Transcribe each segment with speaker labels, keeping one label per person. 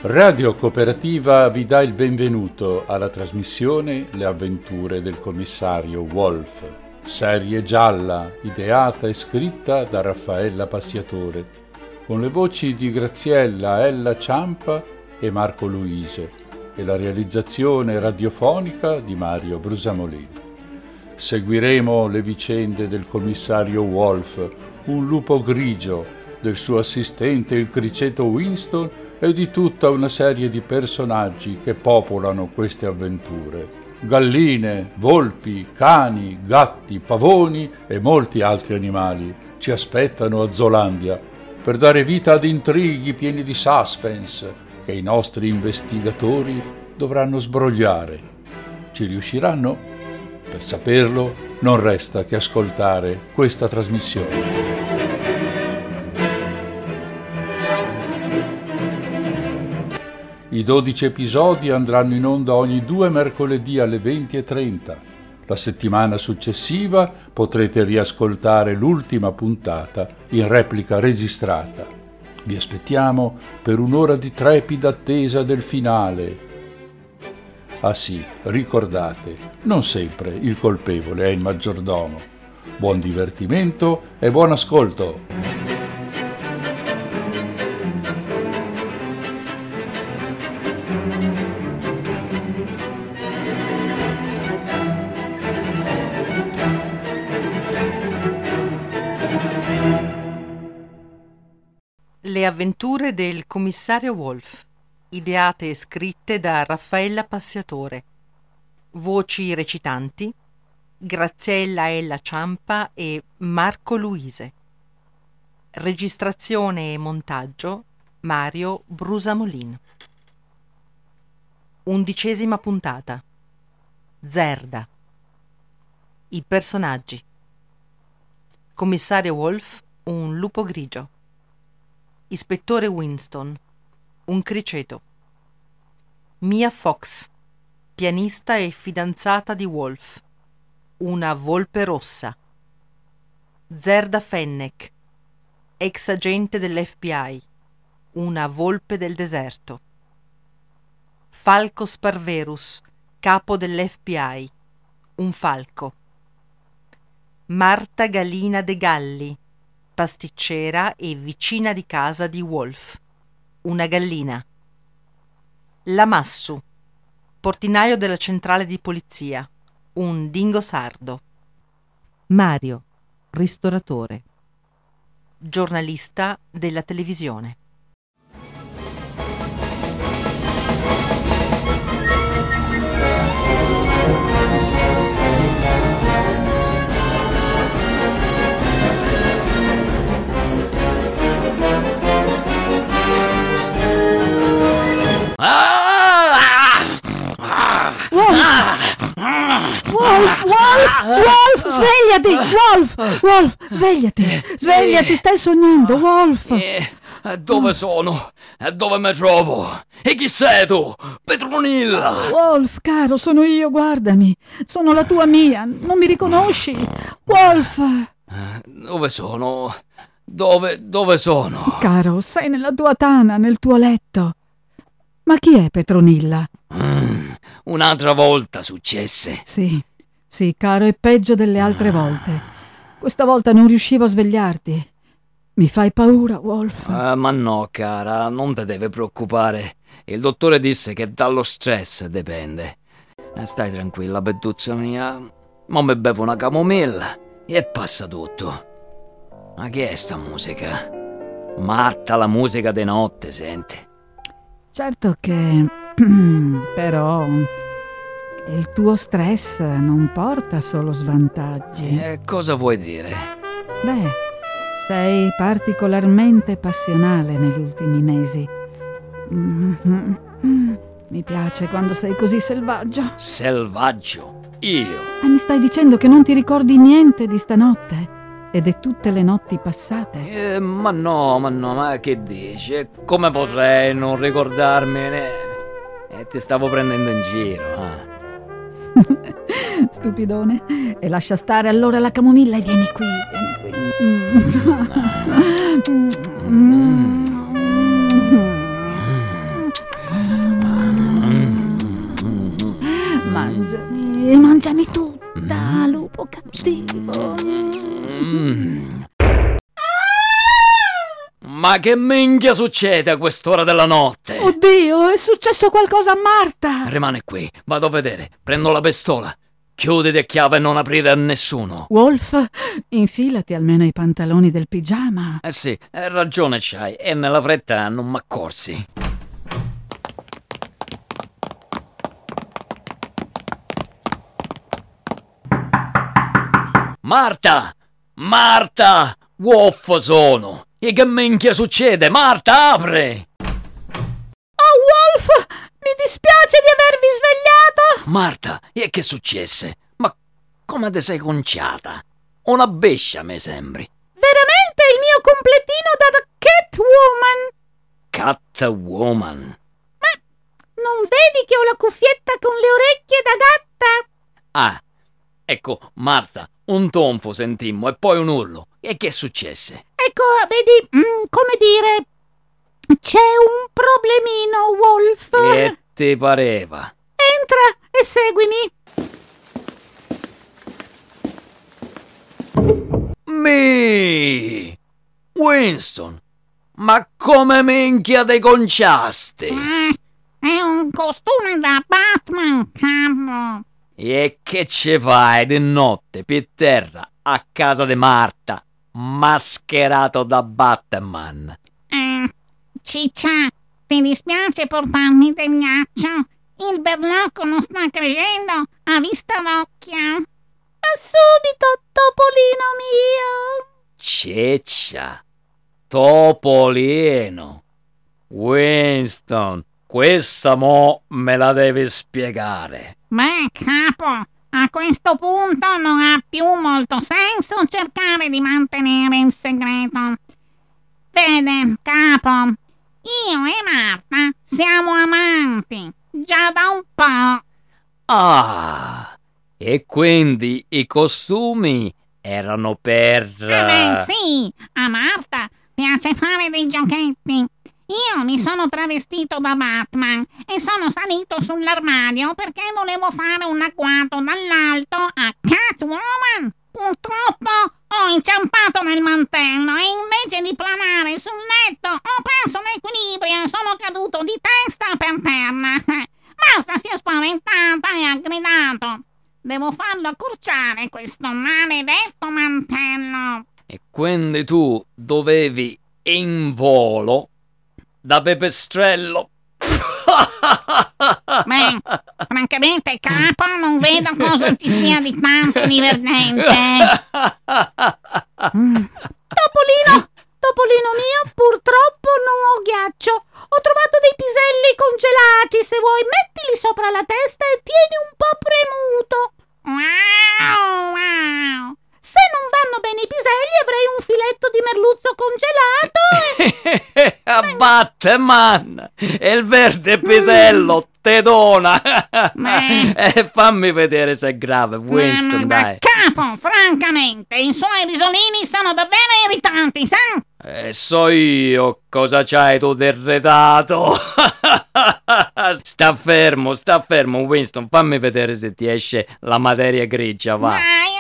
Speaker 1: Radio Cooperativa vi dà il benvenuto alla trasmissione Le avventure del commissario Wolf, serie gialla ideata e scritta da Raffaella Passiatore, con le voci di Graziella Ella Ciampa e Marco Luise e la realizzazione radiofonica di Mario Brusamolin. Seguiremo le vicende del commissario Wolf, un lupo grigio, del suo assistente il criceto Winston e di tutta una serie di personaggi che popolano queste avventure. Galline, volpi, cani, gatti, pavoni e molti altri animali ci aspettano a Zolandia per dare vita ad intrighi pieni di suspense che i nostri investigatori dovranno sbrogliare. Ci riusciranno? Per saperlo non resta che ascoltare questa trasmissione. I 12 episodi andranno in onda ogni 2 mercoledì alle 20:30. La settimana successiva potrete riascoltare l'ultima puntata in replica registrata. Vi aspettiamo per un'ora di trepida attesa del finale. Ah sì, ricordate, non sempre il colpevole è il maggiordomo. Buon divertimento e buon ascolto!
Speaker 2: Le avventure del commissario Wolf, ideate e scritte da Raffaella Passiatore. Voci recitanti: Graziella Ella Ciampa e Marco Luise. Registrazione e montaggio Mario Brusamolin. 11ª puntata. Zerda. I personaggi: commissario Wolf, un lupo grigio; ispettore Winston, un criceto; Mia Fox, pianista e fidanzata di Wolf, una volpe rossa; Zerda Fennec, ex agente dell'FBI, una volpe del deserto; Falco Sparverus, capo dell'FBI, un falco; Marta Galina De Galli, pasticcera e vicina di casa di Wolf, una gallina; Lamassu, portinaio della centrale di polizia, un dingo sardo; Mario, ristoratore, giornalista della televisione.
Speaker 3: Wolf, svegliati! Wolf, svegliati, stai sognando, Wolf!
Speaker 4: Dove sono? Dove mi trovo? E chi sei tu? Petronilla!
Speaker 3: Wolf, caro, sono io, guardami. Sono la tua Mia, non mi riconosci? Wolf!
Speaker 4: Dove sono? Dove sono?
Speaker 3: Caro, sei nella tua tana, nel tuo letto. Ma chi è Petronilla?
Speaker 4: Un'altra volta successe.
Speaker 3: Sì, caro, è peggio delle altre volte. Questa volta non riuscivo a svegliarti. Mi fai paura, Wolf.
Speaker 4: Ma no, cara, non te deve preoccupare. Il dottore disse che dallo stress dipende. Stai tranquilla, bedduzza mia. Mo mi bevo una camomilla e passa tutto. Ma che è sta musica? Matta la musica di notte, senti.
Speaker 3: Certo che... però... il tuo stress non porta solo svantaggi.
Speaker 4: Cosa vuoi dire?
Speaker 3: Beh, sei particolarmente passionale negli ultimi mesi. Mi piace quando sei così selvaggio.
Speaker 4: Selvaggio? Io?
Speaker 3: Mi stai dicendo che non ti ricordi niente di stanotte? E di tutte le notti passate?
Speaker 4: Ma no, ma che dici? Come potrei non ricordarmene? Ti stavo prendendo in giro,
Speaker 3: Stupidone. E lascia stare allora la camomilla e vieni qui.
Speaker 4: Ma che minchia succede a quest'ora della notte?
Speaker 3: Oddio, è successo qualcosa a Marta!
Speaker 4: Rimane qui, vado a vedere, prendo la pistola. Chiuditi a chiave e non aprire a nessuno.
Speaker 3: Wolf, infilati almeno i pantaloni del pigiama.
Speaker 4: Eh sì, ragione c'hai, e nella fretta non m'accorsi. Marta! Marta! Wolf sono! E che minchia succede? Marta, apri!
Speaker 3: Oh, Wolf! Mi dispiace di avervi svegliato!
Speaker 4: Marta, e che successe? Ma come te sei conciata? Una bescia, mi sembri.
Speaker 3: Veramente il mio completino da Catwoman!
Speaker 4: Catwoman?
Speaker 3: Ma non vedi che ho la cuffietta con le orecchie da gatta?
Speaker 4: Ah, ecco, Marta, un tonfo sentimmo e poi un urlo. E che successe?
Speaker 3: Ecco, vedi, come dire, c'è un problemino, Wolf.
Speaker 4: E ti pareva?
Speaker 3: Entra e seguimi.
Speaker 4: Winston, ma come minchia te conciasti?
Speaker 3: È un costume da Batman, capo.
Speaker 4: E che ci fai di notte per terra a casa di Marta, mascherato da Batman?
Speaker 3: Ciccia, ti dispiace portarmi del ghiaccio? Il berlocco non sta crescendo a vista d'occhio. Subito, topolino mio.
Speaker 4: Ciccia, topolino. Winston, questa mo me la devi spiegare.
Speaker 3: Beh, capo, a questo punto non ha più molto senso cercare di mantenere il segreto. Vede, capo, io e Marta siamo amanti, già da un po'.
Speaker 4: Ah, e quindi i costumi erano per...
Speaker 3: Beh, sì, a Marta piace fare dei giochetti. Io mi sono travestito da Batman e sono salito sull'armadio perché volevo fare un agguato dall'alto a Catwoman. Purtroppo ho inciampato nel mantello e invece di planare sul letto ho perso l'equilibrio e sono caduto di testa per terra. Marta si è spaventata e ha gridato. Devo farlo accorciare questo maledetto mantello.
Speaker 4: E quindi tu dovevi in volo da Pepestrello.
Speaker 3: Beh, francamente, capo, non vedo cosa ci sia di tanto divertente. Topolino mio, purtroppo non ho ghiaccio. Ho trovato dei piselli congelati. Se vuoi, mettili sopra la testa e tieni un po' premuto. Wow, wow. Se non vanno bene i piselli, avrei un filetto di merluzzo congelato e...
Speaker 4: Batman! E il verde pisello te dona! E fammi vedere se è grave, Winston, dai.
Speaker 3: Capo, francamente, i suoi risolini sono davvero irritanti, sa?
Speaker 4: E so io cosa c'hai tu del retato. Sta fermo, Winston, fammi vedere se ti esce la materia grigia, va.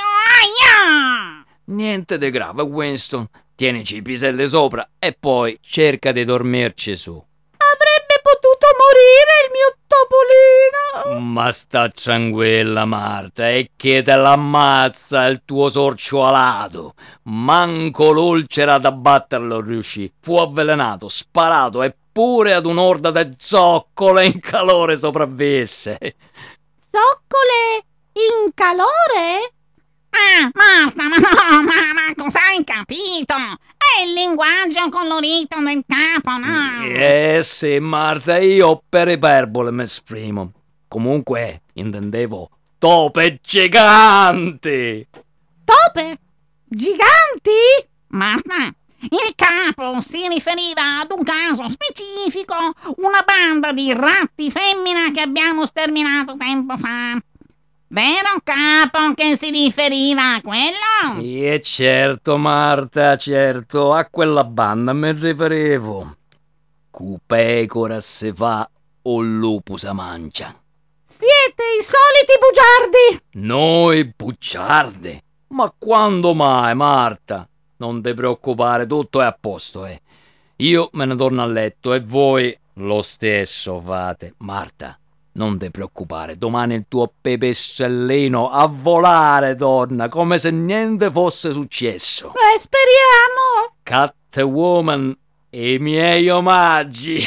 Speaker 4: Niente di grave, Winston. Tienici i piselli sopra e poi cerca di dormirci su.
Speaker 3: Avrebbe potuto morire il mio topolino.
Speaker 4: Ma sta tranquilla, Marta, è che te l'ammazza il tuo sorcio alato. Manco l'ulcera da batterlo riuscì. Fu avvelenato, sparato e pure ad un'orda di zoccole in calore sopravvisse.
Speaker 3: Zoccole in calore? Ah, Marta, ma cosa hai capito? È il linguaggio colorito del capo, no?
Speaker 4: Sì, Marta, io per iperbole mi esprimo. Comunque, intendevo tope giganti!
Speaker 3: Tope? Giganti? Marta, il capo si riferiva ad un caso specifico, una banda di ratti femmina che abbiamo sterminato tempo fa. Vero, capo, che si riferiva a quello?
Speaker 4: E certo, Marta, certo, a quella banda mi riferivo. Cu pecora se fa o lupo se mangia.
Speaker 3: Siete i soliti bugiardi!
Speaker 4: Noi bugiardi? Ma quando mai, Marta? Non ti preoccupare, tutto è a posto, eh. Io me ne torno a letto e voi lo stesso fate. Marta, non ti preoccupare, domani il tuo pepestellino a volare torna come se niente fosse successo.
Speaker 3: Speriamo!
Speaker 4: Catwoman, i miei omaggi.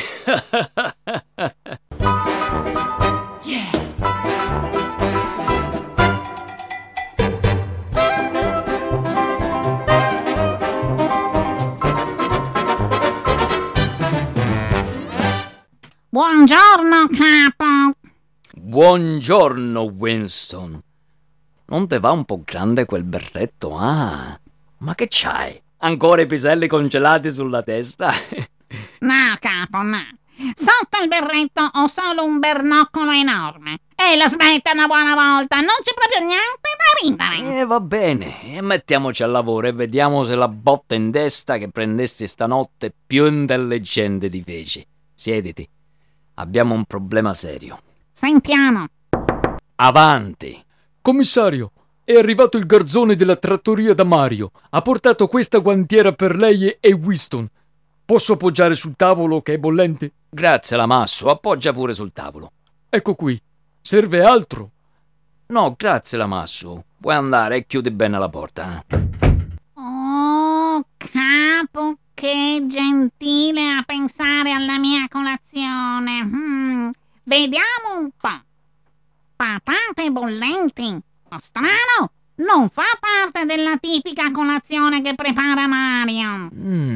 Speaker 3: Buongiorno, capo.
Speaker 4: Buongiorno, Winston. Non te va un po' grande quel berretto, ah? Ma che c'hai? Ancora i piselli congelati sulla testa?
Speaker 3: No, capo, no. Sotto il berretto ho solo un bernoccolo enorme. E la smetta una buona volta, non c'è proprio niente da ridere.
Speaker 4: Va bene, e mettiamoci al lavoro e vediamo se la botta in testa che prendesti stanotte più intelligente ti fece. Siediti. Abbiamo un problema serio.
Speaker 3: Sentiamo.
Speaker 4: Avanti.
Speaker 5: Commissario, è arrivato il garzone della trattoria da Mario. Ha portato questa guantiera per lei e Winston. Posso appoggiare sul tavolo che è bollente?
Speaker 4: Grazie, Lamasso. Appoggia pure sul tavolo.
Speaker 5: Ecco qui. Serve altro?
Speaker 4: No, grazie, Lamasso. Puoi andare e chiudi bene la porta.
Speaker 3: Oh, capo, che gentile a pensare alla mia colazione. Vediamo un po'. Patate bollenti. Strano, non fa parte della tipica colazione che prepara Mario.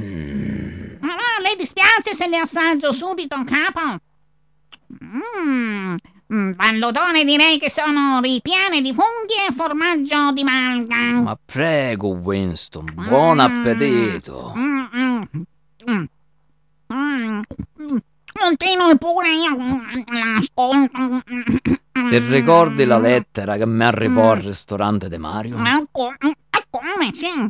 Speaker 3: Le dispiace se le assaggio subito, capo? Dall'odore direi che sono ripiene di funghi e formaggio di malga.
Speaker 4: Ma prego, Winston, buon appetito.
Speaker 3: Continui pure io l'ascolto.
Speaker 4: Ti ricordi la lettera che mi arrivò al ristorante di Mario?
Speaker 3: Come, sì.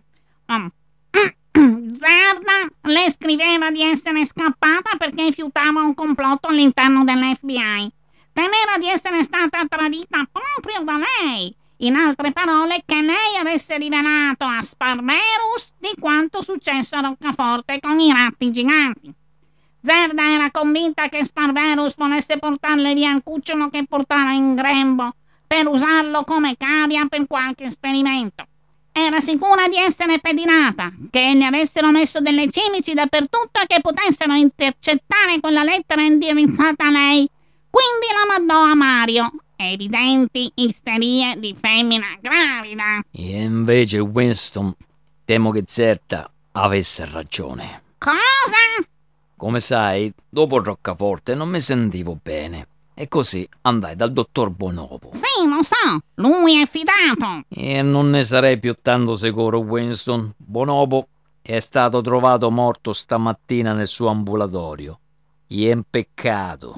Speaker 3: Verda le scriveva di essere scappata perché fiutava un complotto all'interno dell'FBI. Temeva di essere stata tradita proprio da lei. In altre parole, che lei avesse rivelato a Sparverus di quanto successo a Roccaforte con i ratti giganti. Zerda era convinta che Sparverus volesse portarle via il cucciolo che portava in grembo per usarlo come cavia per qualche esperimento. Era sicura di essere pedinata, che gli avessero messo delle cimici dappertutto e che potessero intercettare quella lettera indirizzata a lei. Quindi la mandò a Mario. Evidenti isterie di femmina gravida.
Speaker 4: E invece Winston, temo che Zerda avesse ragione.
Speaker 3: Cosa?
Speaker 4: Come sai, dopo Roccaforte non mi sentivo bene. E così andai dal dottor Bonobo.
Speaker 3: Sì, lo so, lui è fidato.
Speaker 4: E non ne sarei più tanto sicuro, Winston. Bonobo è stato trovato morto stamattina nel suo ambulatorio. Impeccato.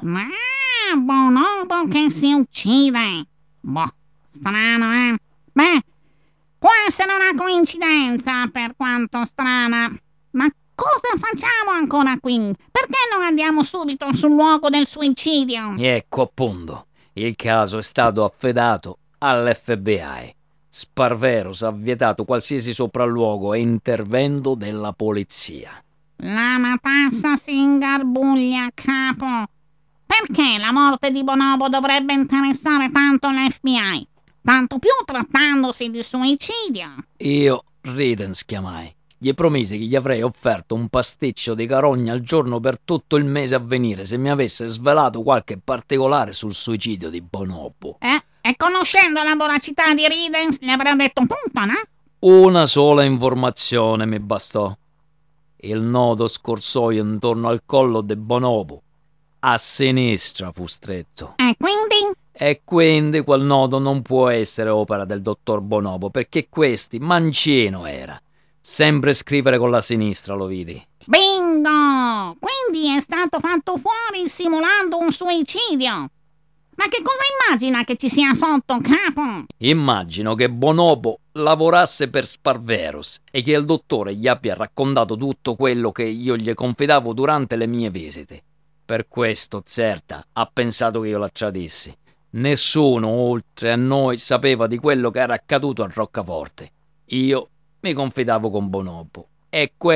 Speaker 3: Bonobo che si uccide. Boh, strano, eh? Beh, può essere una coincidenza, per quanto strana. Ma cosa facciamo ancora qui? Perché non andiamo subito sul luogo del suicidio?
Speaker 4: Ecco appunto, il caso è stato affidato all'FBI. Sparverus ha vietato qualsiasi sopralluogo e intervento della polizia.
Speaker 3: La matassa si ingarbuglia, capo. Perché la morte di Bonobo dovrebbe interessare tanto l'FBI? Tanto più trattandosi di suicidio.
Speaker 4: Io Ridens chiamai. Gli promisi che gli avrei offerto un pasticcio di carogna al giorno per tutto il mese a venire se mi avesse svelato qualche particolare sul suicidio di Bonobo.
Speaker 3: E conoscendo la voracità di Ridens gli avrei detto tutto, no?
Speaker 4: Una sola informazione mi bastò. Il nodo scorsoio intorno al collo di Bonobo a sinistra fu stretto.
Speaker 3: E quindi?
Speaker 4: E quindi quel nodo non può essere opera del dottor Bonobo, perché questi mancino era. Sempre scrivere con la sinistra, lo vidi.
Speaker 3: Bingo! Quindi è stato fatto fuori simulando un suicidio. Ma che cosa immagina che ci sia sotto, capo?
Speaker 4: Immagino che Bonobo lavorasse per Sparverus e che il dottore gli abbia raccontato tutto quello che io gli confidavo durante le mie visite. Per questo Zerda ha pensato che io la tradissi. Nessuno oltre a noi sapeva di quello che era accaduto a Roccaforte. Io mi confidavo con Bonobo e quello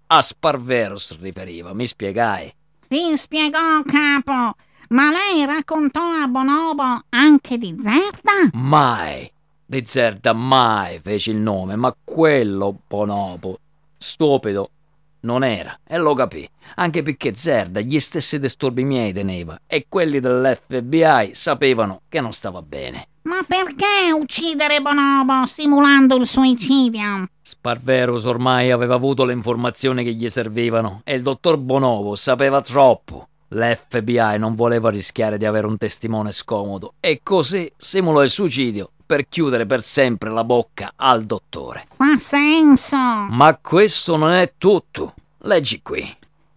Speaker 4: a Sparverus riferiva, mi spiegai?
Speaker 3: Si spiegò, capo. Ma lei raccontò a Bonobo anche di Zerda?
Speaker 4: Mai, di Zerda mai fece il nome, ma quello Bonobo, stupido, non era, e lo capì, anche perché Zerda gli stessi disturbi miei teneva, e quelli dell'FBI sapevano che non stava bene.
Speaker 3: Ma perché uccidere Bonobo simulando il suicidio?
Speaker 4: Sparverus ormai aveva avuto le informazioni che gli servivano e il dottor Bonobo sapeva troppo. L'FBI non voleva rischiare di avere un testimone scomodo e così simulò il suicidio per chiudere per sempre la bocca al dottore.
Speaker 3: Fa senso.
Speaker 4: Ma questo non è tutto. Leggi qui.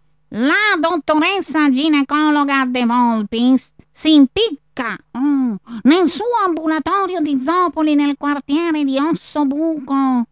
Speaker 3: La dottoressa ginecologa De Volpis si impicca nel suo ambulatorio di Zopoli nel quartiere di Ossobuco.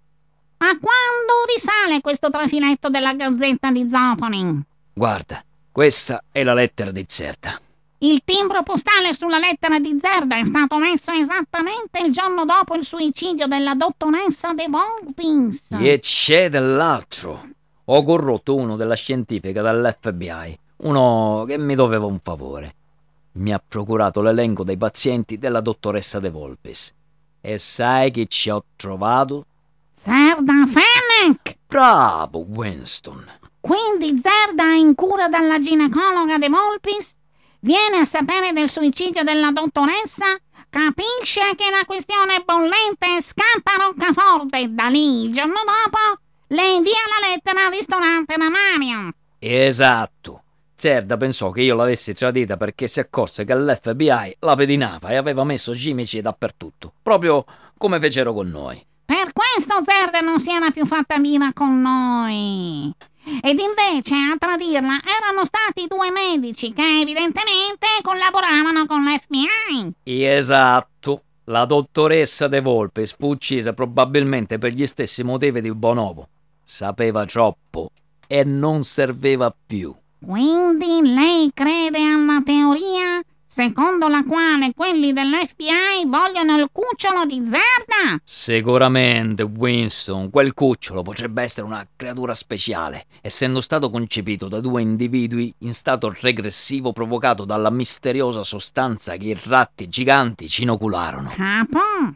Speaker 3: A quando risale questo trafiletto della Gazzetta di Zopoli?
Speaker 4: Guarda, questa è la lettera di Zerda.
Speaker 3: Il timbro postale sulla lettera di Zerda è stato messo esattamente il giorno dopo il suicidio della dottoressa De Volpis.
Speaker 4: E c'è dell'altro. Ho corrotto uno della scientifica dall'FBI, uno che mi doveva un favore. Mi ha procurato l'elenco dei pazienti della dottoressa De Volpis. E sai chi ci ho trovato?
Speaker 3: Zerda Fennec!
Speaker 4: Bravo, Winston!
Speaker 3: Quindi Zerda è in cura dalla ginecologa De Volpis? Viene a sapere del suicidio della dottoressa? Capisce che la questione è bollente e scappa a Roccaforte. Da lì, il giorno dopo, le invia la lettera al ristorante da Mario.
Speaker 4: Esatto. Zerda pensò che io l'avessi tradita perché si accorse che l'FBI la pedinava e aveva messo chimici dappertutto, proprio come fecero con noi.
Speaker 3: Per questo Zerda non si era più fatta viva con noi. Ed invece a tradirla erano stati 2 medici che evidentemente collaboravano con l'FBI.
Speaker 4: Esatto. La dottoressa De Volpis fu uccisa probabilmente per gli stessi motivi di Bonobo. Sapeva troppo e non serveva più.
Speaker 3: Quindi lei crede alla teoria secondo la quale quelli dell'FBI vogliono il cucciolo di Zerda?
Speaker 4: Sicuramente, Winston, quel cucciolo potrebbe essere una creatura speciale, essendo stato concepito da 2 individui in stato regressivo provocato dalla misteriosa sostanza che i ratti giganti ci inocularono.
Speaker 3: Capo?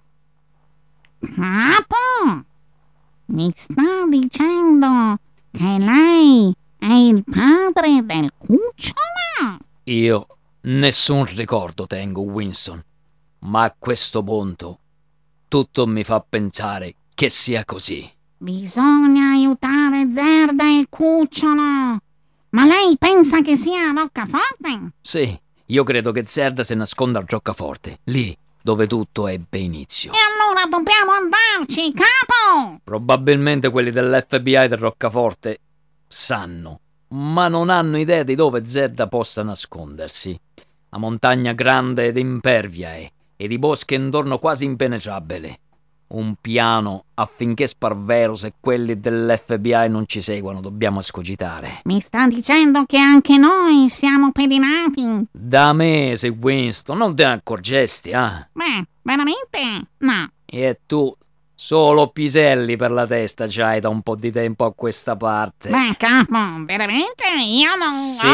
Speaker 3: Mi sta dicendo che lei è il padre del cucciolo?
Speaker 4: Io nessun ricordo tengo, Winston, ma a questo punto tutto mi fa pensare che sia così.
Speaker 3: Bisogna aiutare Zerda e il cucciolo. Ma lei pensa che sia a Roccaforte?
Speaker 4: Sì, io credo che Zerda si nasconda a Roccaforte, lì dove tutto ebbe inizio.
Speaker 3: E allora dobbiamo andarci, capo!
Speaker 4: Probabilmente quelli dell'FBI del Roccaforte sanno, ma non hanno idea di dove Zerda possa nascondersi. La montagna grande ed impervia è, ed i boschi intorno quasi impenetrabili. Un piano affinché Sparverus e quelli dell'FBI non ci seguano, dobbiamo escogitare.
Speaker 3: Mi sta dicendo che anche noi siamo pedinati?
Speaker 4: Da mesi, Winston, non te ne accorgesti,
Speaker 3: Beh, veramente? No.
Speaker 4: E tu, solo piselli per la testa c'hai da un po' di tempo a questa parte.
Speaker 3: Beh, capo, veramente? Io non...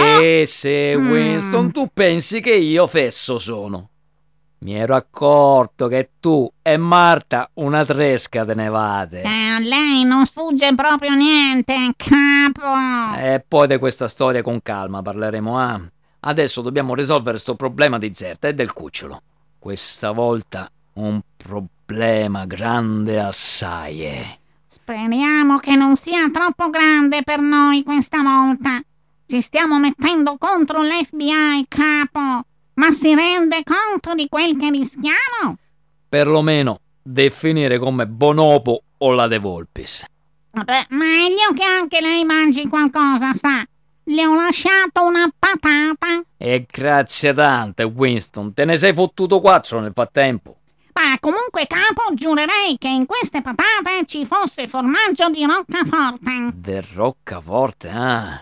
Speaker 4: Sì, Winston, tu pensi che io fesso sono. Mi ero accorto che tu e Marta una tresca tenevate.
Speaker 3: A lei non sfugge proprio niente, capo.
Speaker 4: E poi di questa storia con calma parleremo, Adesso dobbiamo risolvere sto problema di Zerda e del cucciolo. Questa volta un problema grande assai.
Speaker 3: Speriamo che non sia troppo grande per noi questa volta. Ci stiamo mettendo contro l'FBI, capo. Ma si rende conto di quel che rischiamo?
Speaker 4: Perlomeno definire come Bonobo o la De Volpis.
Speaker 3: Vabbè, meglio che anche lei mangi qualcosa, sa. Le ho lasciato una patata.
Speaker 4: E grazie tante, Winston. Te ne sei fottuto 4 nel frattempo.
Speaker 3: Ma comunque, capo, giurerei che in queste patate ci fosse formaggio di Roccaforte.
Speaker 4: Del Roccaforte,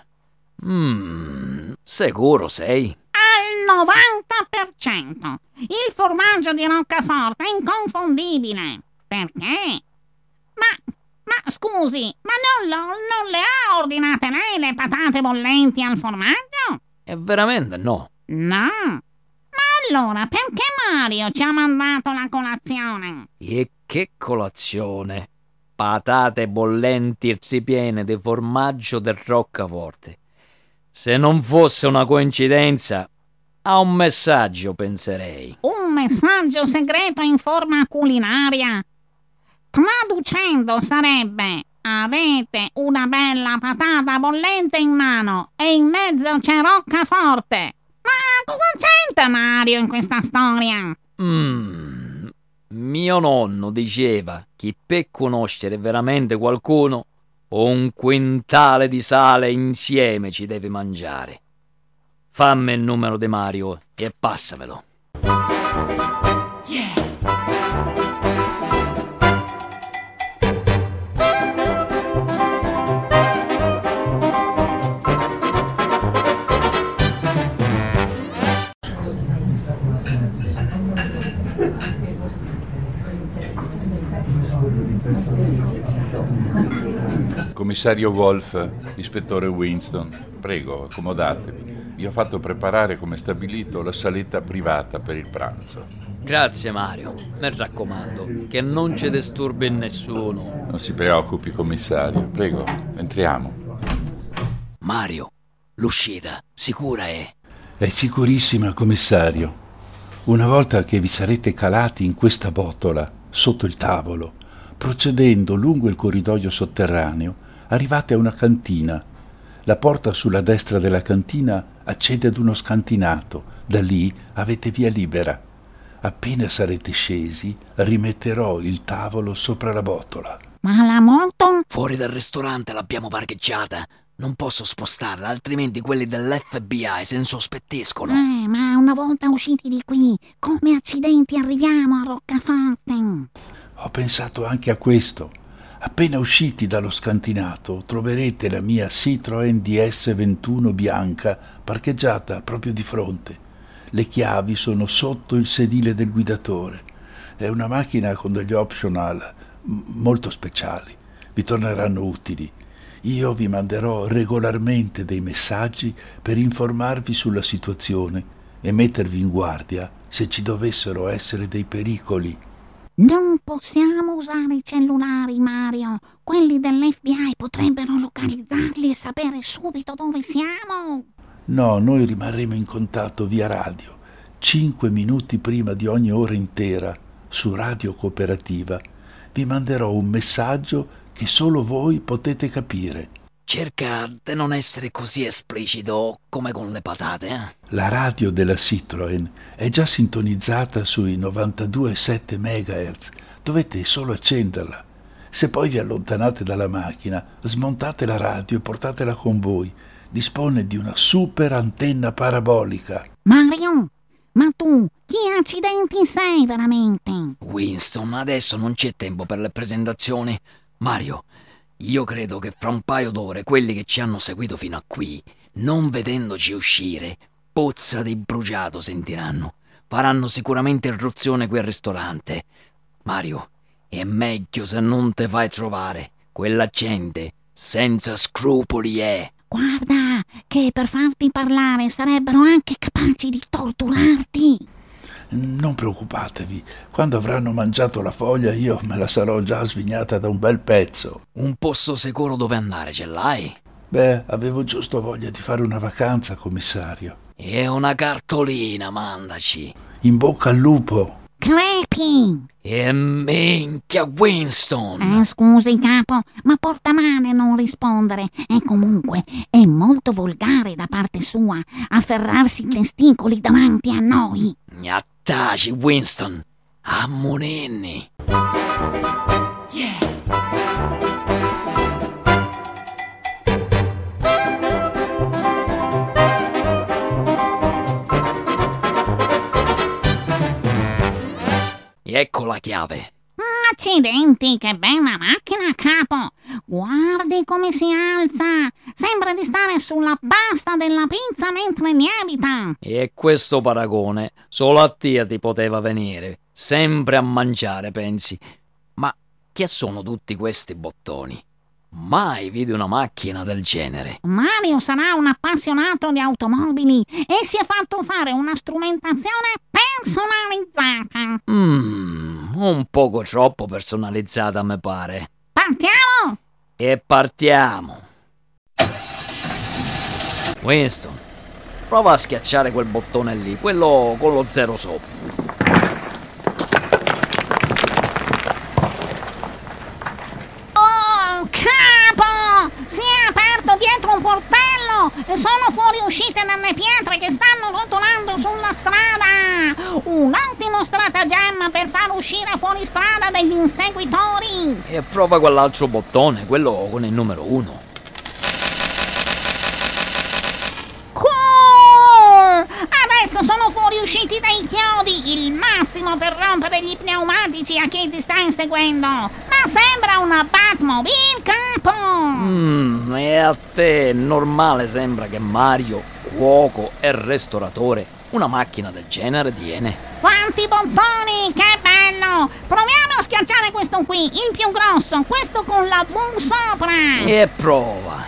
Speaker 4: sicuro sei?
Speaker 3: Al 90%. Il formaggio di Roccaforte è inconfondibile. Perché? Ma Ma scusi, ma non le ha ordinate lei le patate bollenti al formaggio?
Speaker 4: E veramente no.
Speaker 3: No. Ma allora perché Mario ci ha mandato la colazione?
Speaker 4: E che colazione? Patate bollenti ripiene di formaggio del roccaforte. Se non fosse una coincidenza, a un messaggio penserei.
Speaker 3: Un messaggio segreto in forma culinaria? Traducendo sarebbe: avete una bella patata bollente in mano e in mezzo c'è roccaforte. Ma cosa c'entra Mario in questa storia?
Speaker 4: Mio nonno diceva che per conoscere veramente qualcuno, un quintale di sale insieme ci deve mangiare. Fammi il numero di Mario e passamelo.
Speaker 1: Commissario Wolf, ispettore Winston, prego, accomodatevi. Vi ho fatto preparare, come stabilito, la saletta privata per il pranzo.
Speaker 4: Grazie Mario, mi raccomando, che non ci disturbi nessuno.
Speaker 1: Non si preoccupi, commissario. Prego, entriamo.
Speaker 4: Mario, l'uscita sicura è?
Speaker 1: È sicurissima, commissario. Una volta che vi sarete calati in questa botola, sotto il tavolo, procedendo lungo il corridoio sotterraneo, arrivate a una cantina. La porta sulla destra della cantina accede ad uno scantinato. Da lì avete via libera. Appena sarete scesi, rimetterò il tavolo sopra la botola.
Speaker 3: Ma la moto?
Speaker 4: Fuori dal ristorante l'abbiamo parcheggiata. Non posso spostarla, altrimenti quelli dell'FBI se ne sospettiscono.
Speaker 3: Ma una volta usciti di qui, come accidenti arriviamo a Roccaforte?
Speaker 1: Ho pensato anche a questo. Appena usciti dallo scantinato troverete la mia Citroën DS21 bianca parcheggiata proprio di fronte. Le chiavi sono sotto il sedile del guidatore. È una macchina con degli optional molto speciali. Vi torneranno utili. Io vi manderò regolarmente dei messaggi per informarvi sulla situazione e mettervi in guardia se ci dovessero essere dei pericoli.
Speaker 3: Non possiamo usare i cellulari, Mario. Quelli dell'FBI potrebbero localizzarli e sapere subito dove siamo.
Speaker 1: No, noi rimarremo in contatto via radio, 5 minuti prima di ogni ora intera, su Radio Cooperativa. Vi manderò un messaggio che solo voi potete capire.
Speaker 4: Cerca di non essere così esplicito come con le patate, eh?
Speaker 1: La radio della Citroën è già sintonizzata sui 92,7 MHz. Dovete solo accenderla. Se poi vi allontanate dalla macchina, smontate la radio e portatela con voi. Dispone di una super antenna parabolica.
Speaker 3: Mario, ma tu chi accidenti sei veramente?
Speaker 4: Winston, adesso non c'è tempo per le presentazioni. Mario, io credo che fra un paio d'ore quelli che ci hanno seguito fino a qui, non vedendoci uscire, pozza di bruciato sentiranno. Faranno sicuramente irruzione qui al ristorante. Mario, è meglio se non te fai trovare. Quella gente senza scrupoli è.
Speaker 3: Guarda, che per farti parlare sarebbero anche capaci di torturarti.
Speaker 1: Non preoccupatevi, quando avranno mangiato la foglia io me la sarò già svignata da un bel pezzo.
Speaker 4: Un posto sicuro dove andare ce l'hai?
Speaker 1: Beh, avevo giusto voglia di fare una vacanza, commissario.
Speaker 4: E una cartolina, mandaci.
Speaker 1: In bocca al lupo.
Speaker 3: Crepi!
Speaker 4: E minchia Winston!
Speaker 3: Scusi, capo, ma porta male non rispondere. E comunque è molto volgare da parte sua afferrarsi i testicoli davanti a noi.
Speaker 4: Taci, Winston, ammonenni. Ecco la chiave.
Speaker 3: Accidenti, che bella macchina, capo! Guardi come si alza! Sembra di stare sulla pasta della pizza mentre lievita!
Speaker 4: E questo paragone solo a te ti poteva venire. Sempre a mangiare, pensi. Ma che sono tutti questi bottoni? Mai vidi una macchina del genere.
Speaker 3: Mario sarà un appassionato di automobili e si è fatto fare una strumentazione personalizzata.
Speaker 4: Un poco troppo personalizzata, me pare.
Speaker 3: Partiamo?
Speaker 4: E partiamo. Winston, prova a schiacciare quel bottone lì, quello con lo 0 sopra.
Speaker 3: Capo! Si è aperto dietro un portello e sono fuoriuscite delle pietre che stanno rotolando sulla strada! Un ottimo stratagemma per far uscire fuori strada degli inseguitori!
Speaker 4: E prova quell'altro bottone, quello con il numero 1.
Speaker 3: Cool! Adesso sono fuoriusciti dai chiodi, il massimo per rompere gli pneumatici a chi ti sta inseguendo! Ma sembra una Batmobile, capo!
Speaker 4: E a te è normale sembra che Mario, cuoco e ristoratore, una macchina del genere tiene?
Speaker 3: Quanti bottoni, che bello! Proviamo a schiacciare questo qui, il più grosso, questo con la V sopra!
Speaker 4: E prova!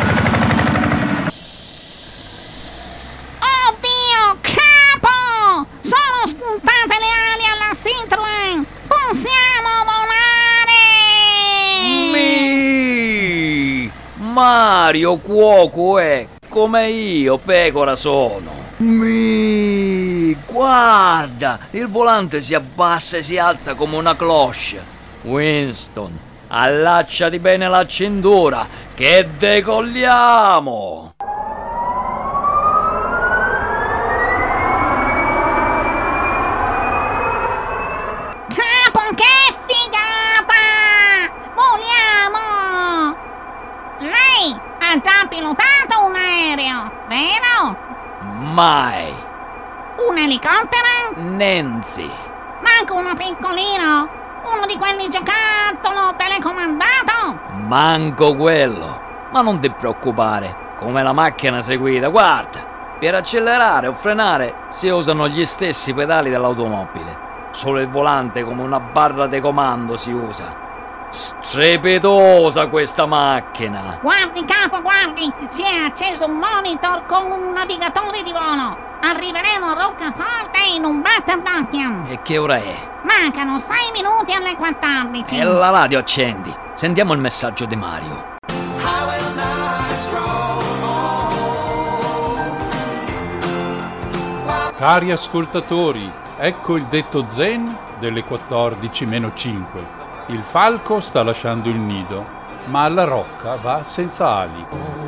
Speaker 3: Oddio, capo! Sono spuntate le ali alla Citroen! Possiamo volare!
Speaker 4: Mario, cuoco è, come io, pecora sono. Guarda, il volante si abbassa e si alza come una cloche. Winston, allacciati bene la cintura, che decolliamo!
Speaker 3: Capo, che figata! Voliamo! Lei ha già pilotato un aereo, vero?
Speaker 4: Mai!
Speaker 3: Un elicottero?
Speaker 4: Nancy!
Speaker 3: Manco uno piccolino? Uno di quelli giocattolo telecomandato?
Speaker 4: Manco quello! Ma non ti preoccupare, come la macchina seguita, guarda! Per accelerare o frenare si usano gli stessi pedali dell'automobile. Solo il volante come una barra di comando si usa. Strepitosa questa macchina!
Speaker 3: Guardi, capo, guardi! Si è acceso un monitor con un navigatore di volo! Arriveremo a Roccaforte in un batter d'occhio!
Speaker 4: E che ora è?
Speaker 3: Mancano 6 minuti alle 14!
Speaker 4: E la radio accendi! Sentiamo il messaggio di Mario.
Speaker 1: Cari ascoltatori, ecco il detto zen delle 14-5. Il falco sta lasciando il nido, ma alla rocca va senza ali.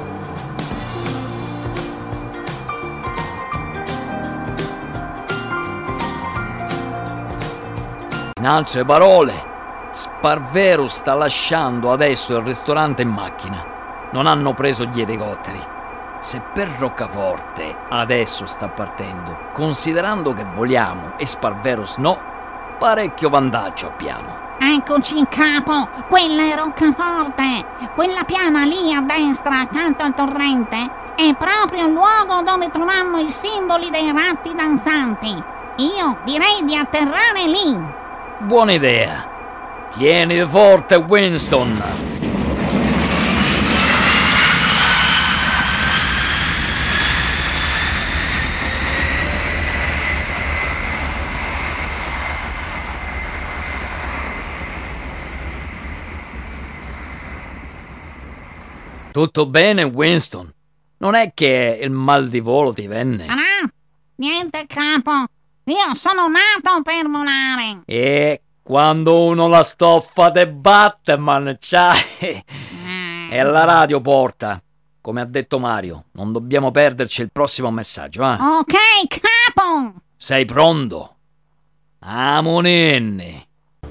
Speaker 4: In altre parole, Sparvero sta lasciando adesso il ristorante in macchina. Non hanno preso gli elicotteri. Se per Roccaforte adesso sta partendo, considerando che voliamo e Sparveros no, parecchio vantaggio abbiamo.
Speaker 3: Eccoci in capo, quella è Roccaforte. Quella piana lì a destra accanto al torrente è proprio il luogo dove trovammo i simboli dei ratti danzanti. Io direi di atterrare lì.
Speaker 4: Buona idea. Tieni forte, Winston. Tutto bene, Winston? Non è che il mal di volo ti venne?
Speaker 3: Ah, niente, capo. Io sono nato per volare.
Speaker 4: E quando uno la stoffa te batte, c'hai. E la radio porta. Come ha detto Mario, non dobbiamo perderci il prossimo messaggio, eh?
Speaker 3: Ok, capo.
Speaker 4: Sei pronto? Amoninni.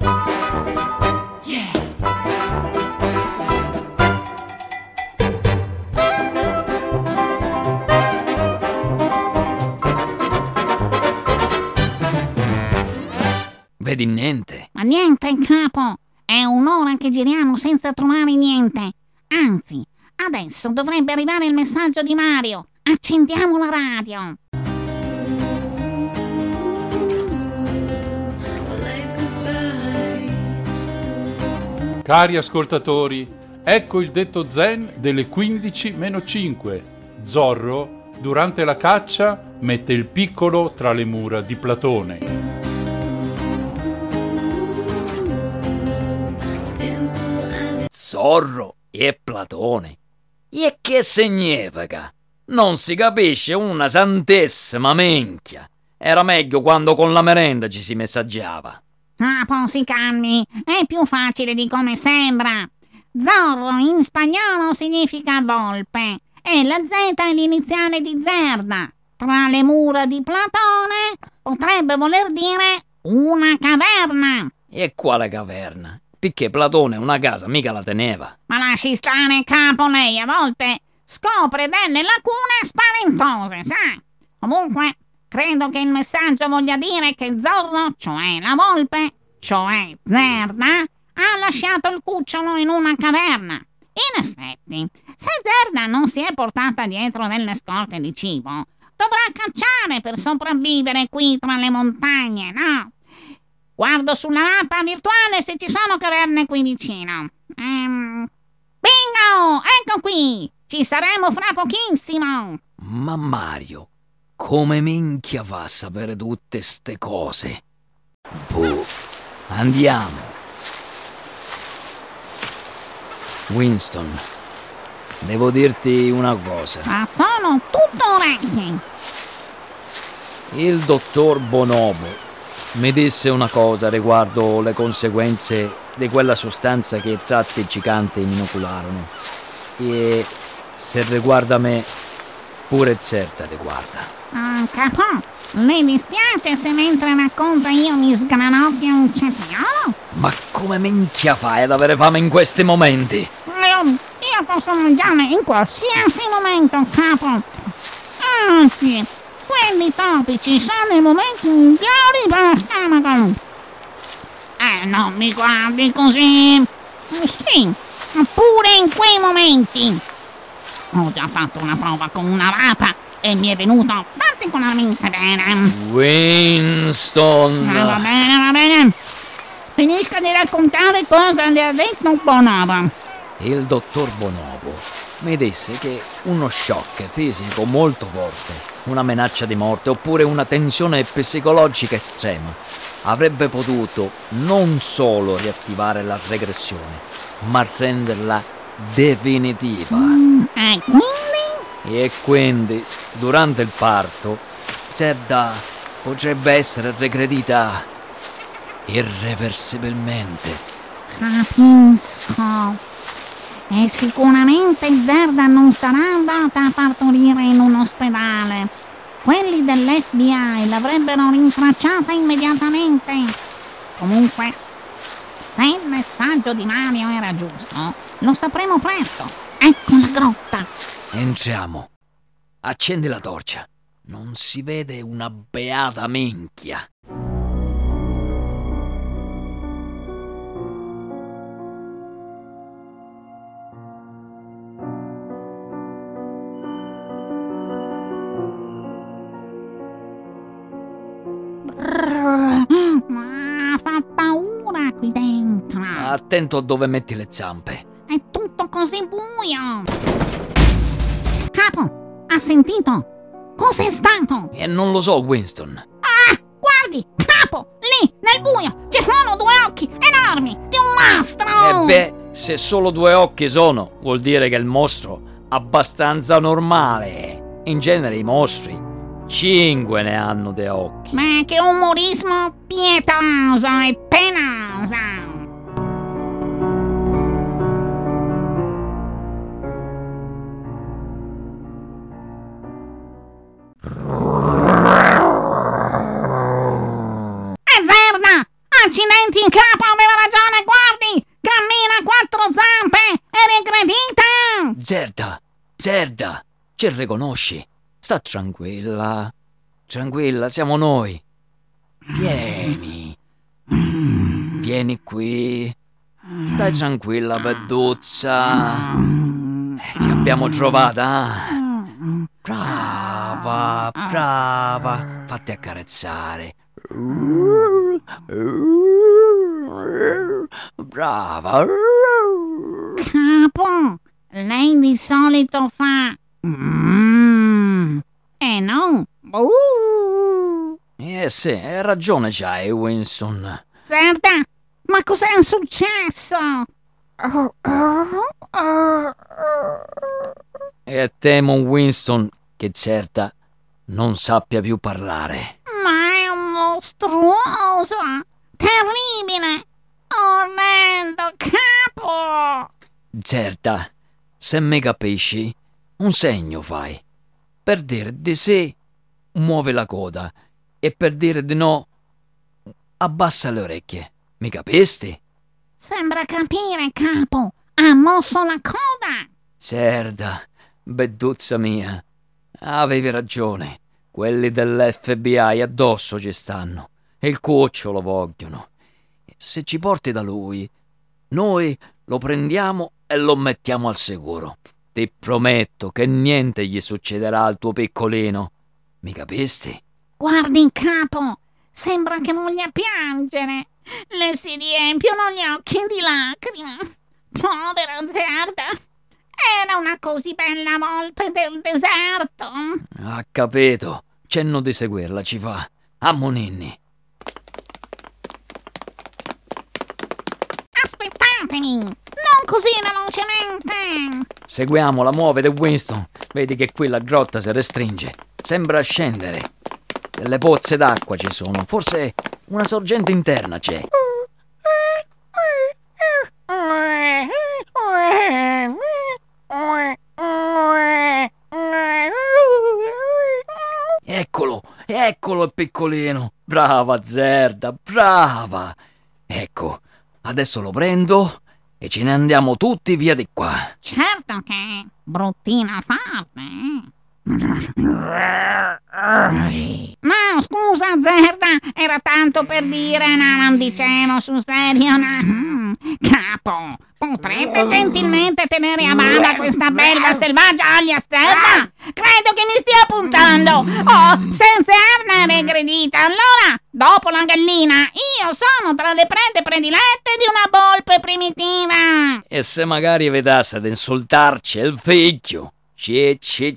Speaker 4: Vedi niente?
Speaker 3: Ma niente, capo. È un'ora che giriamo senza trovare niente. Anzi, adesso dovrebbe arrivare il messaggio di Mario. Accendiamo la radio.
Speaker 6: Life goes by
Speaker 1: Cari ascoltatori, ecco il detto zen delle 15-5. Zorro, durante la caccia, mette il piccolo tra le mura di Platone.
Speaker 4: Zorro e Platone. E che significa? Non si capisce una santissima minchia. Era meglio quando con la merenda ci si messaggiava.
Speaker 3: Capo, si calmi, è più facile di come sembra. Zorro in spagnolo significa volpe e la Z è l'iniziale di Zerda. Tra le mura di Platone potrebbe voler dire una caverna.
Speaker 4: E quale caverna? Perché Platone una casa mica la teneva.
Speaker 3: Ma lasci stare, capo, lei a volte scopre delle lacune spaventose, sa? Comunque, credo che il messaggio voglia dire che Zorro, cioè la volpe, cioè Zerda, ha lasciato il cucciolo in una caverna. In effetti, se Zerda non si è portata dietro delle scorte di cibo, dovrà cacciare per sopravvivere qui tra le montagne, no? Guardo sulla mappa virtuale se ci sono caverne qui vicino. Bingo! Ecco qui! Ci saremo fra pochissimo!
Speaker 4: Ma Mario, come minchia fa a sapere tutte ste cose? Boh, andiamo. Winston, devo dirti una cosa.
Speaker 3: Ma sono tutto orecchi!
Speaker 4: Il dottor Bonobo mi disse una cosa riguardo le conseguenze di quella sostanza che i tratti giganti mi inocularono. E se riguarda me, pure Zerda riguarda.
Speaker 3: Capo, le dispiace se mentre racconta io mi sgranocchio un cetriolo?
Speaker 4: Ma come minchia fai ad avere fame in questi momenti?
Speaker 3: Io posso mangiare in qualsiasi momento, capo. Anzi, quelli topici sono i momenti migliori per lo stomaco. Non mi guardi così. Sì, pure in quei momenti. Ho già fatto una prova con una rapa e mi è venuto particolarmente bene.
Speaker 4: Winston!
Speaker 3: Va bene. Finisca di raccontare cosa le ha detto Bonobo.
Speaker 4: Il dottor Bonobo mi disse che uno shock fisico molto forte, una minaccia di morte oppure una tensione psicologica estrema avrebbe potuto non solo riattivare la regressione, ma renderla definitiva. E quindi, durante il parto, Zerda potrebbe essere regredita irreversibilmente.
Speaker 3: Capisco. E sicuramente Zerda non sarà andata a partorire in un ospedale. Quelli dell'FBI l'avrebbero rintracciata immediatamente. Comunque, se il messaggio di Mario era giusto, lo sapremo presto. Ecco la grotta.
Speaker 4: Entriamo. Accendi la torcia. Non si vede una beata minchia.
Speaker 3: Ma fa paura qui dentro.
Speaker 4: Attento a dove metti le zampe.
Speaker 3: È tutto così buio. Capo, ha sentito? Cos'è stato?
Speaker 4: E non lo so, Winston.
Speaker 3: Guardi, capo, lì, nel buio, ci sono due occhi enormi di un mostro.
Speaker 4: Se solo 2 occhi sono, vuol dire che il mostro è abbastanza normale. In genere i mostri 5 ne hanno di occhi.
Speaker 3: Ma che umorismo pietoso e penoso. Accidenti, in capo, aveva ragione, guardi! Cammina a 4 zampe! È regredita!
Speaker 4: Zerda, ci riconosci? Sta tranquilla, siamo noi. Vieni qui. Stai tranquilla, Bedduzza. Ti abbiamo trovata. Brava. Fatti accarezzare. Brava.
Speaker 3: Capo, lei di solito fa e non
Speaker 4: Sì, hai ragione c'hai, Winston.
Speaker 3: Zerda, ma cos'è successo?
Speaker 4: E temo, Winston, che Zerda non sappia più parlare.
Speaker 3: Ma è un mostruoso, terribile, orrendo, capo.
Speaker 4: Zerda, se mi capisci, un segno fai. Per dire di sì, muove la coda, e per dire di no, abbassa le orecchie. Mi capisti?
Speaker 3: Sembra capire, capo. Ha mosso la coda.
Speaker 4: Zerda, bedduzza mia, avevi ragione. Quelli dell'FBI addosso ci stanno e il cucciolo vogliono. Se ci porti da lui, noi lo prendiamo e lo mettiamo al sicuro. Ti prometto che niente gli succederà al tuo piccolino. Mi capisti?
Speaker 3: Guardi, capo, sembra che voglia piangere. Le si riempiono gli occhi di lacrime. Povera Zerda. Era una così bella volpe del deserto.
Speaker 4: Ha capito. Cenno di seguirla ci fa. Ammoninni.
Speaker 3: Aspettatemi, non così velocemente.
Speaker 4: Seguiamola, muovete, Winston. Vedi che qui la grotta si restringe. Sembra scendere. Delle pozze d'acqua ci sono. Forse una sorgente interna c'è. Eccolo il piccolino. Brava Zerda, brava. Ecco, adesso lo prendo e ce ne andiamo tutti via di qua.
Speaker 3: Certo che bruttina fate. No, scusa Zerda, era tanto per dire, no, non dicevo sul serio, no. Capo, potrebbe gentilmente tenere a bada questa belva selvaggia aglia Zerda? Credo che mi stia puntando. Oh, se Zerda è regredita, allora, dopo la gallina, io sono tra le prede predilette di una volpe primitiva.
Speaker 4: E se magari vedasse ad insultarci il figlio? Cicci,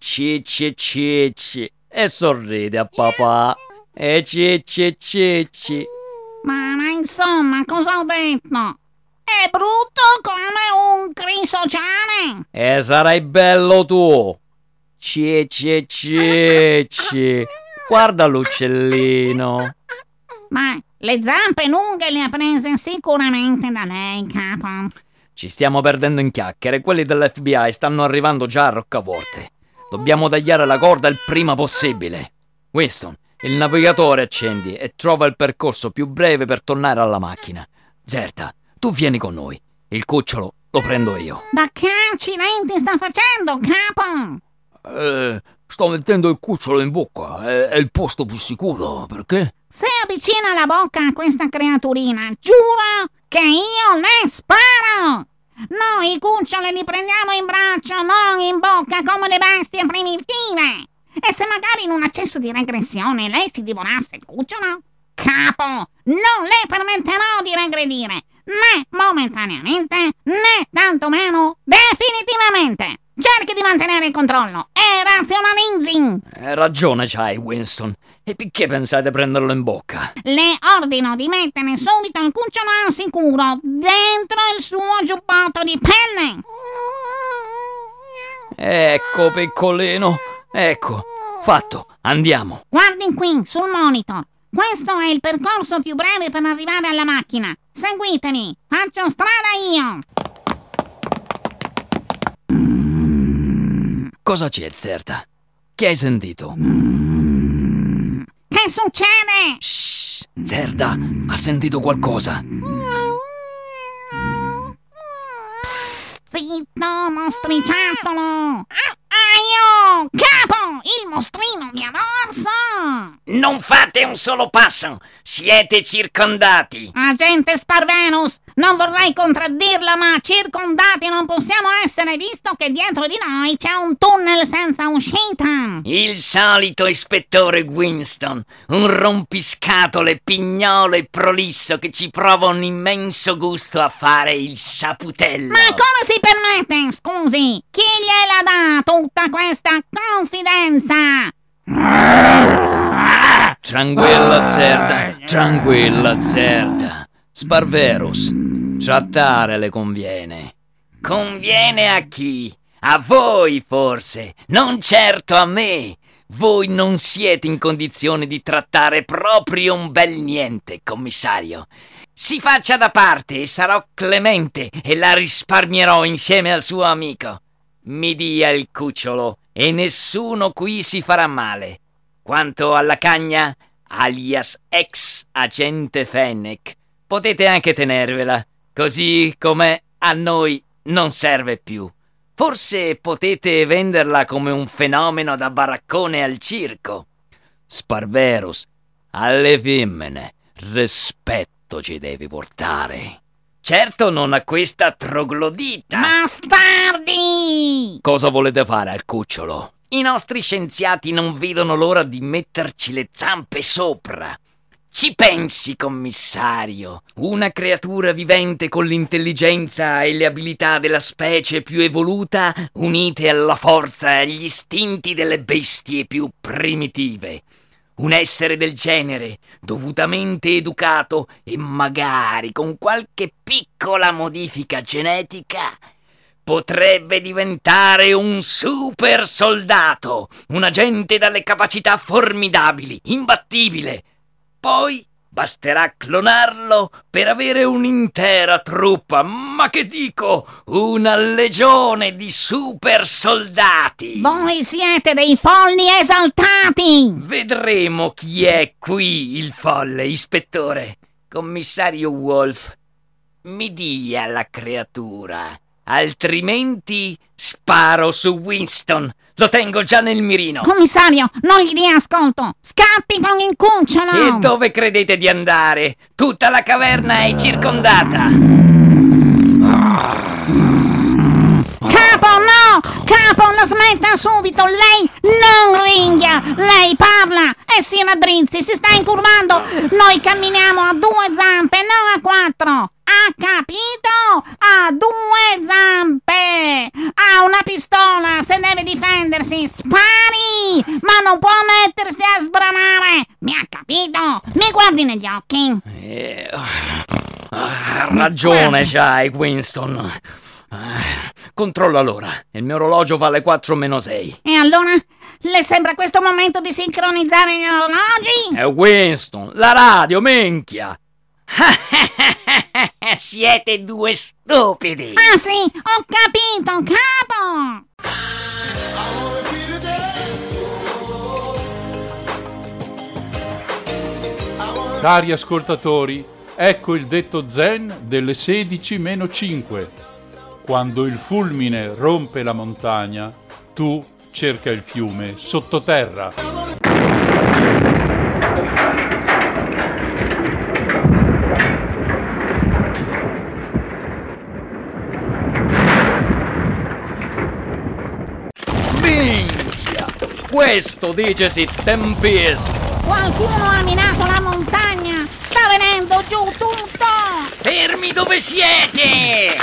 Speaker 4: e sorride a papà. E cicci.
Speaker 3: Ma insomma, cosa ho detto? È brutto come un crisociane.
Speaker 4: E sarai bello tu. Cicci. Guarda l'uccellino.
Speaker 3: Ma le zampe lunghe le ha prese sicuramente da lei, capo.
Speaker 4: Ci stiamo perdendo in chiacchiere. Quelli dell'FBI stanno arrivando già a roccaforte. Dobbiamo tagliare la corda il prima possibile. Winston, il navigatore accendi e trova il percorso più breve per tornare alla macchina. Zerda, tu vieni con noi. Il cucciolo lo prendo io.
Speaker 3: Ma che accidenti sta facendo, capo?
Speaker 4: Sto mettendo il cucciolo in bocca. È il posto più sicuro. Perché?
Speaker 3: Se avvicina la bocca a questa creaturina, giuro che io le sparo! Noi i cuccioli li prendiamo in braccio, non in bocca come le bestie primitive! E se magari in un accesso di regressione lei si divorasse il cucciolo? Capo, non le permetterò di regredire, né momentaneamente, né tantomeno definitivamente! Cerchi di mantenere il controllo e razionalizzi!
Speaker 4: Ragione c'hai, Winston. E perché pensate di prenderlo in bocca?
Speaker 3: Le ordino di mettere subito il cucciolo al sicuro dentro il suo giubbotto di pelle.
Speaker 4: Ecco, piccolino. Ecco, fatto. Andiamo.
Speaker 3: Guardi qui, sul monitor. Questo è il percorso più breve per arrivare alla macchina. Seguitemi, faccio strada io.
Speaker 4: Cosa c'è, Zerda? Che hai sentito?
Speaker 3: Che succede?
Speaker 4: Shh! Zerda ha sentito qualcosa.
Speaker 3: Psst, zitto, mostriciattolo! Aio! Capo! Il mostrino mi ha morso!
Speaker 6: Non fate un solo passo! Siete circondati!
Speaker 3: Agente Sparvenus, non vorrei contraddirla, ma circondati non possiamo essere, visto che dietro di noi c'è un tunnel senza uscita.
Speaker 4: Il solito ispettore Winston, un rompiscatole pignolo e prolisso che ci prova un immenso gusto a fare il saputello.
Speaker 3: Ma come si permette, scusi? Chi gliela dà tutta questa confidenza?
Speaker 4: Tranquilla Zerda. Sparverus, trattare le conviene. Conviene a chi? A voi forse, non certo a me. Voi non siete in condizione di trattare proprio un bel niente, commissario. Si faccia da parte e sarò clemente e la risparmierò insieme al suo amico. Mi dia il cucciolo e nessuno qui si farà male. Quanto alla cagna, alias ex agente Fennec, potete anche tenervela, così come a noi non serve più. Forse potete venderla come un fenomeno da baraccone al circo. Sparverus, alle femmine, rispetto ci devi portare. Certo non a questa troglodita.
Speaker 3: Bastardi!
Speaker 4: Cosa volete fare al cucciolo? I nostri scienziati non vedono l'ora di metterci le zampe sopra. Ci pensi, commissario, una creatura vivente con l'intelligenza e le abilità della specie più evoluta, unite alla forza e agli istinti delle bestie più primitive. Un essere del genere, dovutamente educato e magari con qualche piccola modifica genetica, potrebbe diventare un super soldato, un agente dalle capacità formidabili, imbattibile. Poi basterà clonarlo per avere un'intera truppa, ma che dico, una legione di super soldati.
Speaker 3: Voi siete dei folli esaltati!
Speaker 4: Vedremo chi è qui il folle, ispettore. Commissario Wolf, mi dia la creatura. Altrimenti sparo su Winston. Lo tengo già nel mirino.
Speaker 3: Commissario, non gli dia ascolto. Scappi con il cucciolo.
Speaker 4: E dove credete di andare? Tutta la caverna è circondata.
Speaker 3: Capo, no! Capo, la smetta subito. Lei non ringhia. Lei parla e si raddrizzi. Si sta incurvando. Noi camminiamo a 2 zampe, non a 4. Ha capito? Ha 2 zampe! Ha una pistola, se deve difendersi, spari! Ma non può mettersi a sbranare! Mi ha capito? Mi guardi negli occhi!
Speaker 4: Ragione c'hai, Winston. Controlla l'ora. Il mio orologio va alle 4:06.
Speaker 3: E allora? Le sembra questo momento di sincronizzare gli orologi?
Speaker 4: È Winston, la radio, minchia! Siete 2 stupidi!
Speaker 3: Ah sì, ho capito, capo!
Speaker 1: Cari ascoltatori, ecco il detto zen delle 16:05. Quando il fulmine rompe la montagna, tu cerca il fiume sottoterra.
Speaker 4: Minchia! Questo dicesi tempismo!
Speaker 3: Qualcuno ha minato la montagna! Sta venendo giù tutto!
Speaker 4: Fermi dove siete!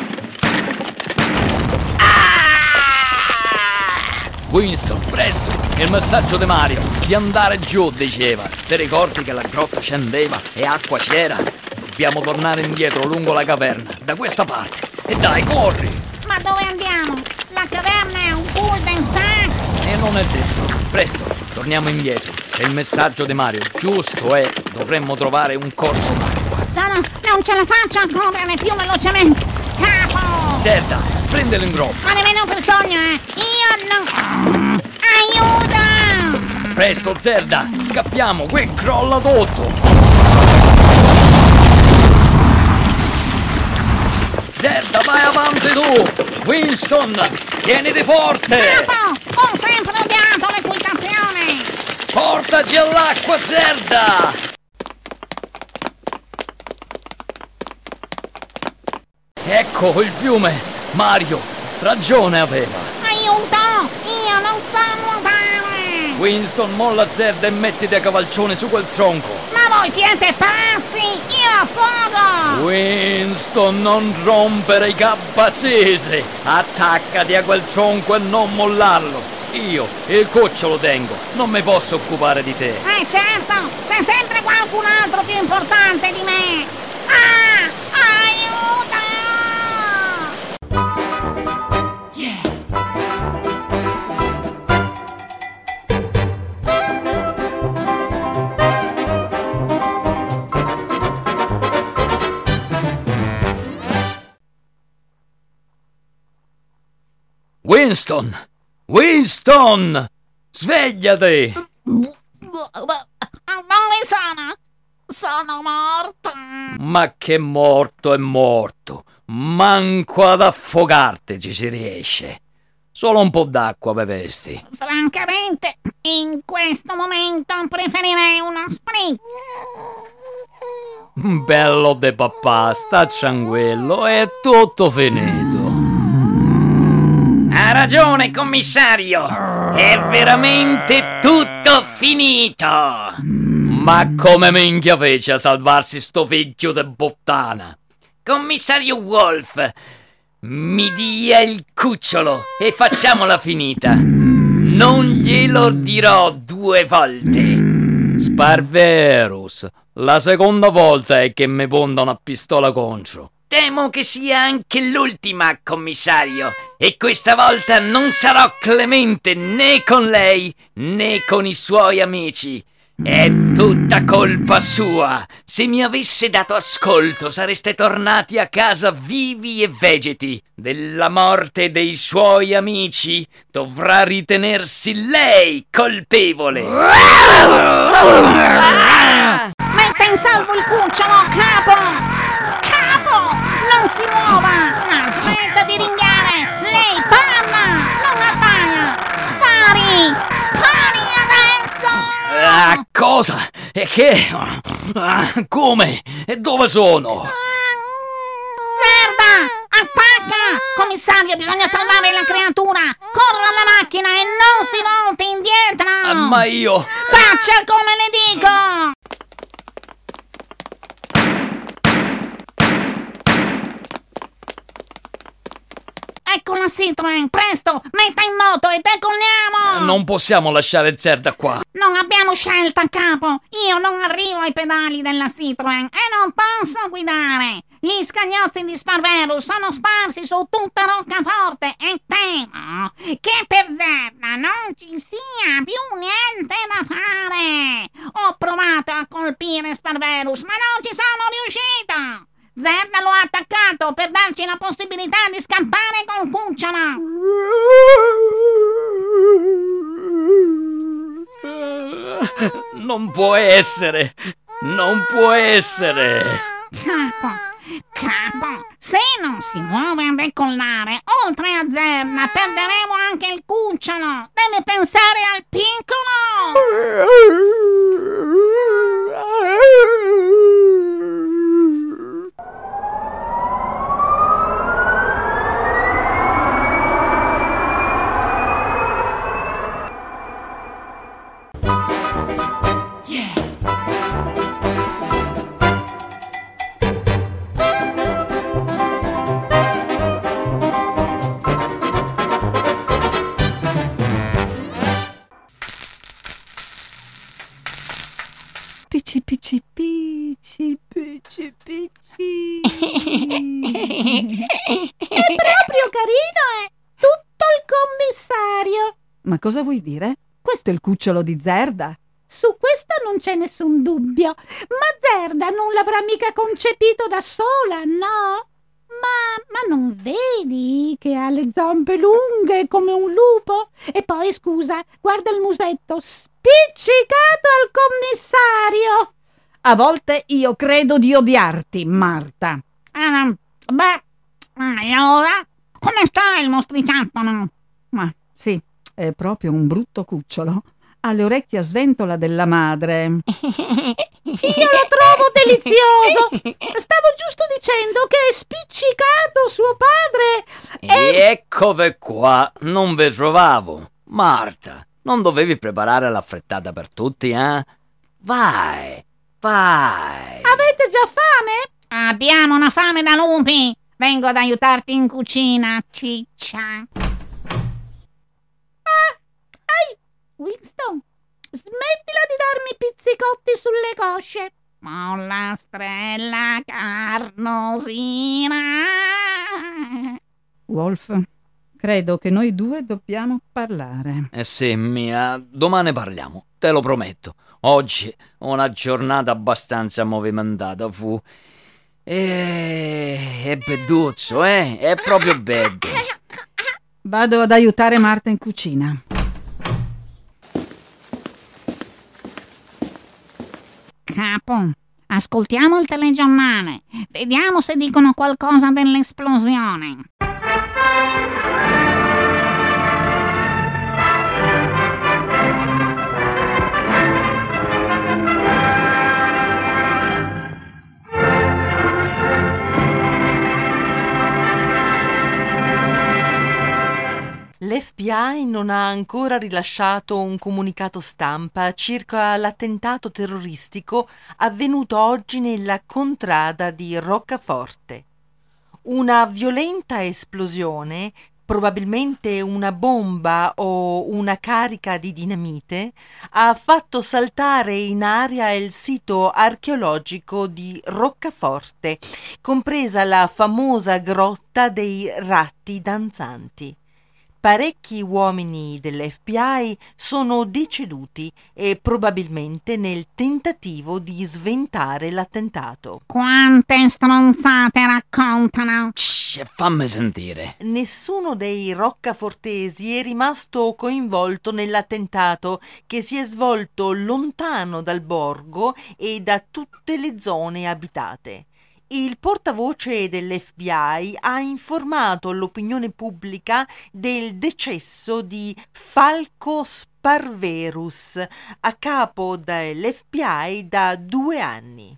Speaker 4: Winston, presto! Il messaggio di Mario di andare giù, diceva. Ti ricordi che la grotta scendeva e acqua c'era? Dobbiamo tornare indietro lungo la caverna, da questa parte. E dai, corri!
Speaker 3: Ma dove andiamo? La caverna è un cul-de-sac!
Speaker 4: E non è detto. Presto, torniamo indietro. C'è il messaggio di Mario, giusto, dovremmo trovare un corso d'acqua.
Speaker 3: No, non ce la faccio a correre più velocemente! Capo!
Speaker 4: Zerda, prendelo in groppa.
Speaker 3: Ma nemmeno per sogno, Io non... Aiuto!
Speaker 4: Presto, Zerda, scappiamo, qui crolla tutto. Zerda, vai avanti tu! Winston, tieniti forte!
Speaker 3: Capo! Ho sempre odiato l'equitazione!
Speaker 4: Portaci all'acqua, Zerda! Ecco il fiume! Mario, ragione aveva!
Speaker 3: Aiuto! Io non so nuotare!
Speaker 4: Winston, molla Zerda e mettiti a cavalcione su quel tronco!
Speaker 3: Ma voi siete pazzi! Io affogo!
Speaker 4: Winston, non rompere i cappasese! Attaccati a quel tronco e non mollarlo! Io il cuccio lo tengo, non mi posso occupare di te!
Speaker 3: Certo! C'è sempre qualcun altro più importante di me! Ah! Aiuto!
Speaker 4: Winston! Winston! Svegliati!
Speaker 3: Dove sono? Sono morto!
Speaker 4: Ma che morto è morto! Manco ad affogarti ci riesce! Solo un po' d'acqua bevesti.
Speaker 3: Francamente, in questo momento preferirei uno spritz.
Speaker 4: Bello de papà, sta tranquillo, è tutto finito.
Speaker 6: Ha ragione, commissario! È veramente tutto finito!
Speaker 4: Ma come minchia fece a salvarsi sto figlio de bottana?
Speaker 6: Commissario Wolf, mi dia il cucciolo e facciamola finita. Non glielo dirò 2 volte.
Speaker 4: Sparverus, la seconda volta è che mi punta una pistola contro.
Speaker 6: Temo che sia anche l'ultima, commissario. E questa volta non sarò clemente né con lei né con i suoi amici. È tutta colpa sua. Se mi avesse dato ascolto sareste tornati a casa vivi e vegeti. Della morte dei suoi amici dovrà ritenersi lei colpevole.
Speaker 3: Metta in salvo il cucciolo, capo! Capo! Non si muova! Ma smetta di ringhiare! Lei parla! Non abbaia! Spari! Spari adesso!
Speaker 4: Cosa? E che? Come? E dove sono?
Speaker 3: Zerda! Attacca! Commissario, bisogna salvare la creatura! Corra alla macchina e non si volti indietro!
Speaker 4: Ma io...
Speaker 3: Faccia come le dico! Ecco la Citroen, presto, metta in moto e decolliamo!
Speaker 4: Non possiamo lasciare Zerda qua.
Speaker 3: Non abbiamo scelta, capo! Io non arrivo ai pedali della Citroen e non posso guidare! Gli scagnozzi di Sparverus sono sparsi su tutta Roccaforte e temo che per Zerda non ci sia più niente da fare! Ho provato a colpire Sparverus, ma non ci sono riuscito! Zerda lo ha attaccato per darci la possibilità di scappare col cucciolo!
Speaker 4: Non può essere! Non può essere!
Speaker 3: Capo, se non si muove a decollare, oltre a Zerda perderemo anche il cucciolo! Deve pensare al piccolo!
Speaker 2: Pici pici pici pici pici.
Speaker 3: È proprio carino, tutto il commissario!
Speaker 2: Ma cosa vuoi dire? Questo è il cucciolo di Zerda.
Speaker 3: Su questo non c'è nessun dubbio, ma Zerda non l'avrà mica concepito da sola, no? Ma non vedi che ha le zampe lunghe come un lupo? E poi, scusa, guarda il musetto spiccicato al commissario!
Speaker 2: A volte io credo di odiarti, Marta.
Speaker 3: Allora, come sta il mostriciattolo?
Speaker 2: Ma sì, è proprio un brutto cucciolo. Ha le orecchie a sventola della madre.
Speaker 3: Io lo trovo delizioso. Stavo giusto dicendo che è spiccicato suo padre.
Speaker 4: Eccovi qua, non vi trovavo. Marta, non dovevi preparare l'affrettata per tutti, eh? Vai.
Speaker 3: Avete già fame? Abbiamo una fame da lupi. Vengo ad aiutarti in cucina, ciccia. Winston, smettila di darmi pizzicotti sulle cosce. Mollastrella carnosina.
Speaker 2: Wolf, credo che noi due dobbiamo parlare.
Speaker 4: Sì, Mia, domani parliamo, te lo prometto. Oggi una giornata abbastanza movimentata fu. È bedduzzo, è proprio bello.
Speaker 2: Vado ad aiutare Marta in cucina.
Speaker 3: Capo, ascoltiamo il telegiornale. Vediamo se dicono qualcosa dell'esplosione.
Speaker 2: L'FBI non ha ancora rilasciato un comunicato stampa circa l'attentato terroristico avvenuto oggi nella contrada di Roccaforte. Una violenta esplosione, probabilmente una bomba o una carica di dinamite, ha fatto saltare in aria il sito archeologico di Roccaforte, compresa la famosa grotta dei ratti danzanti. Parecchi uomini dell'FBI sono deceduti e probabilmente nel tentativo di sventare l'attentato.
Speaker 3: Quante stronzate raccontano!
Speaker 4: Shh, fammi sentire.
Speaker 2: Nessuno dei roccafortesi è rimasto coinvolto nell'attentato, che si è svolto lontano dal borgo e da tutte le zone abitate. Il portavoce dell'FBI ha informato l'opinione pubblica del decesso di Falco Sparverus, a capo dell'FBI da 2 anni.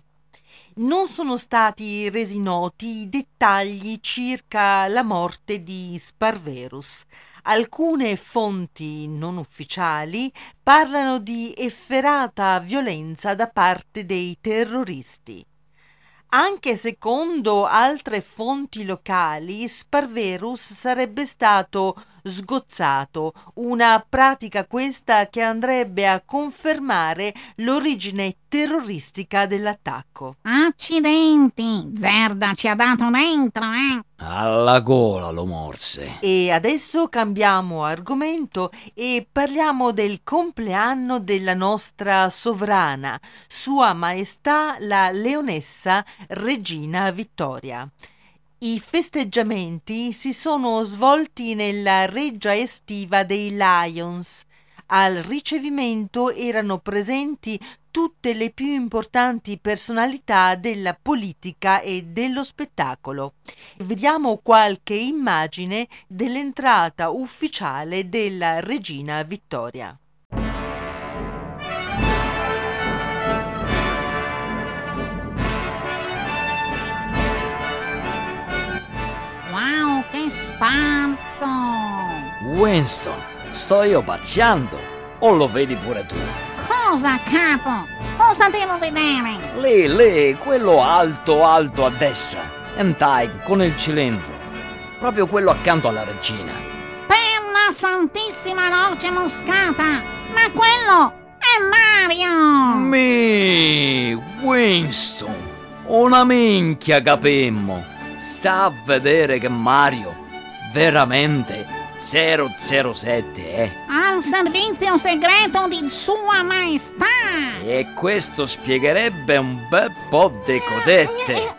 Speaker 2: Non sono stati resi noti i dettagli circa la morte di Sparverus. Alcune fonti non ufficiali parlano di efferata violenza da parte dei terroristi. Anche secondo altre fonti locali, Sparverus sarebbe stato sgozzato, una pratica questa che andrebbe a confermare l'origine terroristica dell'attacco.
Speaker 3: Accidenti! Zerda ci ha dato dentro,
Speaker 4: Alla gola lo morse.
Speaker 2: E adesso cambiamo argomento e parliamo del compleanno della nostra sovrana, Sua Maestà la Leonessa Regina Vittoria. I festeggiamenti si sono svolti nella reggia estiva dei Lions. Al ricevimento erano presenti tutte le più importanti personalità della politica e dello spettacolo. Vediamo qualche immagine dell'entrata ufficiale della Regina Vittoria.
Speaker 3: Wow, che sfarzo!
Speaker 4: Winston, sto io pazziando? O lo vedi pure tu?
Speaker 3: Cosa, capo? Cosa devo vedere?
Speaker 4: Lì, quello alto a destra. Entai, con il cilindro. Proprio quello accanto alla regina.
Speaker 3: Per la santissima noce moscata! Ma quello è Mario!
Speaker 4: Winston, una minchia capemmo. Sta a vedere che Mario veramente 007,
Speaker 3: Al servizio segreto di Sua Maestà!
Speaker 4: E questo spiegherebbe un bel po' di cosette.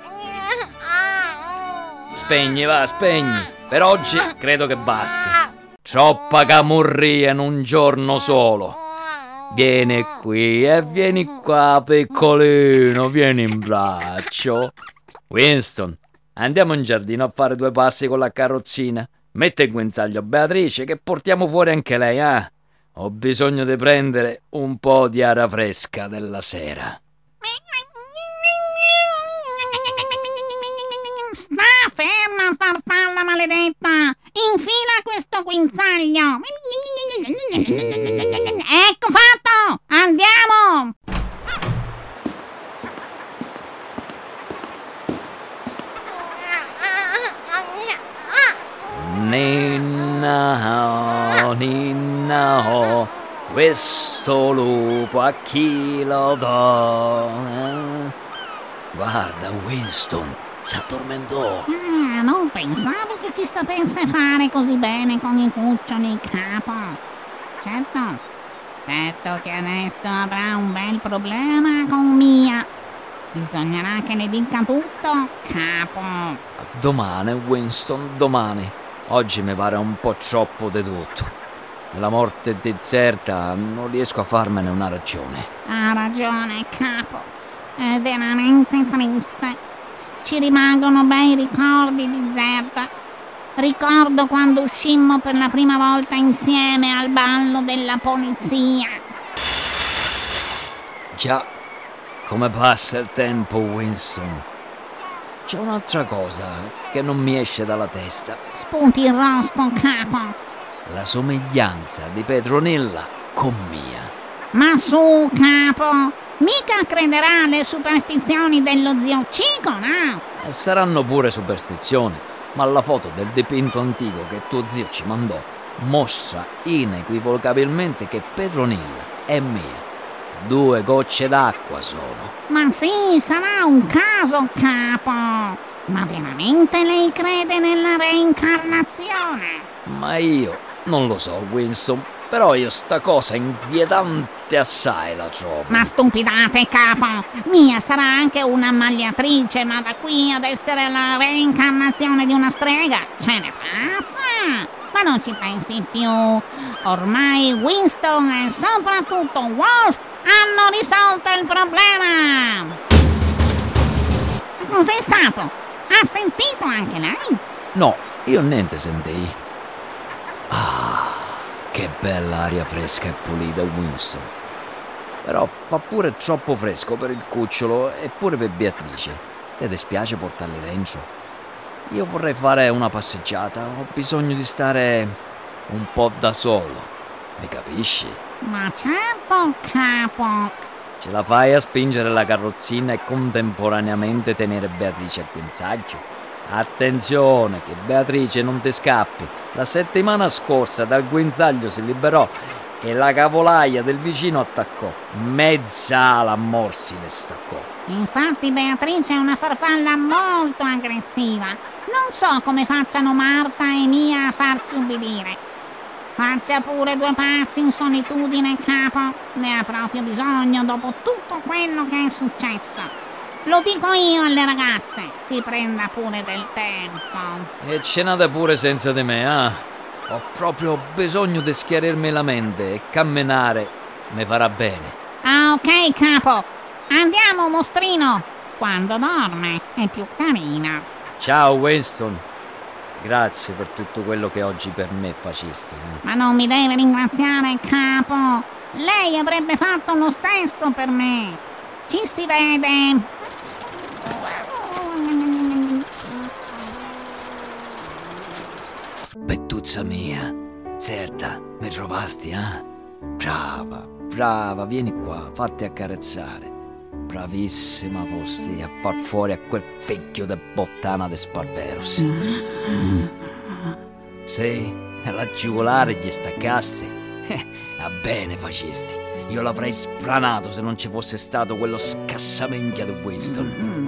Speaker 4: Spegni, Per oggi credo che basti. Troppa camurria in un giorno solo. Vieni qui e vieni qua, piccolino, vieni in braccio. Winston, andiamo in giardino a fare 2 passi con la carrozzina. Mette in guinzaglio Beatrice che portiamo fuori anche lei, Ho bisogno di prendere un po' di aria fresca della sera.
Speaker 3: ferma, farfalla maledetta! Infila questo guinzaglio! Ecco fatto! Andiamo!
Speaker 4: Ninna, questo lupo a chi lo do? Guarda, Winston, si addormentò.
Speaker 3: Non pensavo che ci sapesse fare così bene con i cuccioli, capo. Certo che adesso avrà un bel problema con Mia. Bisognerà che le dica tutto, capo.
Speaker 4: Domani, Winston, domani. Oggi mi pare un po' troppo di tutto. La morte di Zerta non riesco a farmene una ragione.
Speaker 3: Ha ragione, capo. È veramente triste. Ci rimangono bei ricordi di Zerta. Ricordo quando uscimmo per la prima volta insieme al ballo della polizia.
Speaker 4: Già, come passa il tempo, Winston. C'è un'altra cosa che non mi esce dalla testa.
Speaker 3: Spunti il rospo, capo.
Speaker 4: La somiglianza di Petronella con Mia.
Speaker 3: Ma su, capo, mica crederà alle superstizioni dello zio Cico, no?
Speaker 4: E saranno pure superstizioni, ma la foto del dipinto antico che tuo zio ci mandò mostra inequivocabilmente che Petronella è Mia. 2 gocce d'acqua sono.
Speaker 3: Ma sì, sarà un caso, capo. Ma veramente lei crede nella reincarnazione?
Speaker 4: Ma io non lo so, Winston, però io sta cosa inquietante assai la trovo.
Speaker 3: Ma stupidate, capo. Mia sarà anche una magliatrice, ma da qui ad essere la reincarnazione di una strega ce ne passa. Ma non ci pensi più. Ormai Winston e soprattutto Wolf hanno risolto il problema. Cos'è stato? Ha sentito anche lei?
Speaker 4: No, io niente sentii. Ah, che bella aria fresca e pulita, Winston. Però fa pure troppo fresco per il cucciolo e pure per Beatrice. Ti dispiace portarli dentro? Io vorrei fare una passeggiata, ho bisogno di stare un po' da solo. Mi capisci?
Speaker 3: Ma certo, capo.
Speaker 4: Ce la fai a spingere la carrozzina e contemporaneamente tenere Beatrice al guinzaglio? Attenzione, che Beatrice non ti scappi. La settimana scorsa dal guinzaglio si liberò e la cavolaia del vicino attaccò. Mezza ala a morsi le staccò.
Speaker 3: Infatti Beatrice è una farfalla molto aggressiva. Non so come facciano Marta e Mia a farsi ubbidire. Faccia pure 2 passi in solitudine, capo. Ne ha proprio bisogno dopo tutto quello che è successo. Lo dico io alle ragazze, si prenda pure del tempo.
Speaker 4: E cenate pure senza di me, ah? Ho proprio bisogno di schiarirmi la mente e camminare mi farà bene.
Speaker 3: Ah, ok, capo. Andiamo, mostrino. Quando dorme è più carina.
Speaker 4: Ciao, Winston. Grazie per tutto quello che oggi per me facesti.
Speaker 3: Ma non mi deve ringraziare, capo. Lei avrebbe fatto lo stesso per me. Ci si vede.
Speaker 4: Bettuzza mia, Zerta, mi trovasti, eh? Brava, vieni qua, fatti accarezzare. Bravissima fosti a far fuori a quel vecchio de bottana de Sparverus. Sì, la giugolare gli staccasti. A bene facesti. Io l'avrei spranato se non ci fosse stato quello scassaminchia di Winston.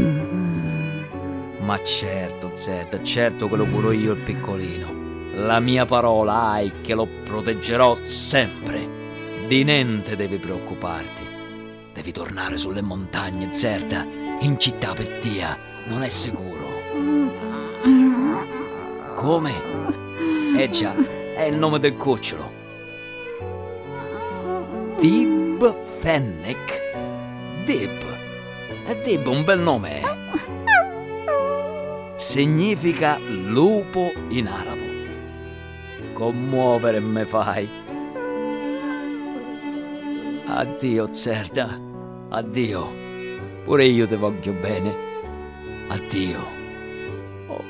Speaker 4: Ma certo, Zed, certo che lo curo io il piccolino. La mia parola hai che lo proteggerò sempre. Di niente devi preoccuparti. Devi tornare sulle montagne, Zerda. In città per Tia non è sicuro. Come? Già, è il nome del cucciolo. Dib Fennec. Dib è un bel nome, eh? Significa lupo in arabo. Commuovere me fai. Addio, Zerda. Addio. Pure io ti voglio bene. Addio.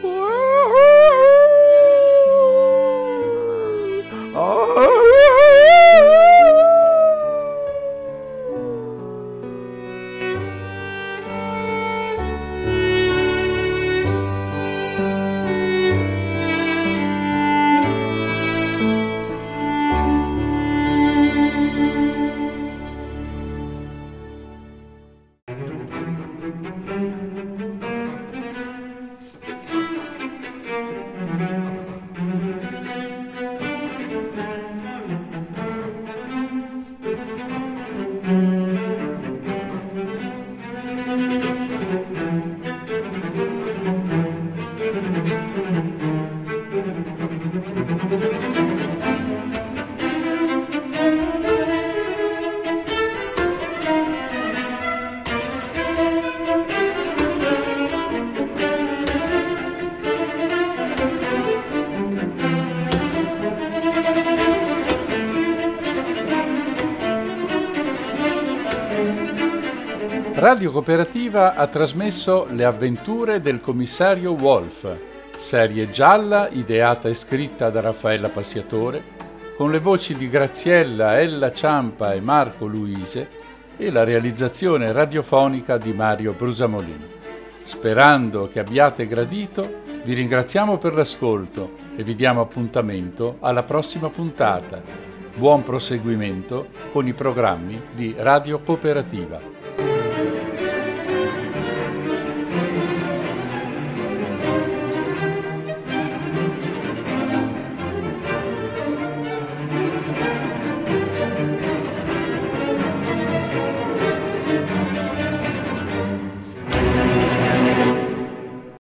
Speaker 1: Radio Cooperativa ha trasmesso Le avventure del commissario Wolf, serie gialla ideata e scritta da Raffaella Passiatore, con le voci di Graziella, Ella Ciampa e Marco Luise e la realizzazione radiofonica di Mario Brusamolin. Sperando che abbiate gradito, vi ringraziamo per l'ascolto e vi diamo appuntamento alla prossima puntata. Buon proseguimento con i programmi di Radio Cooperativa.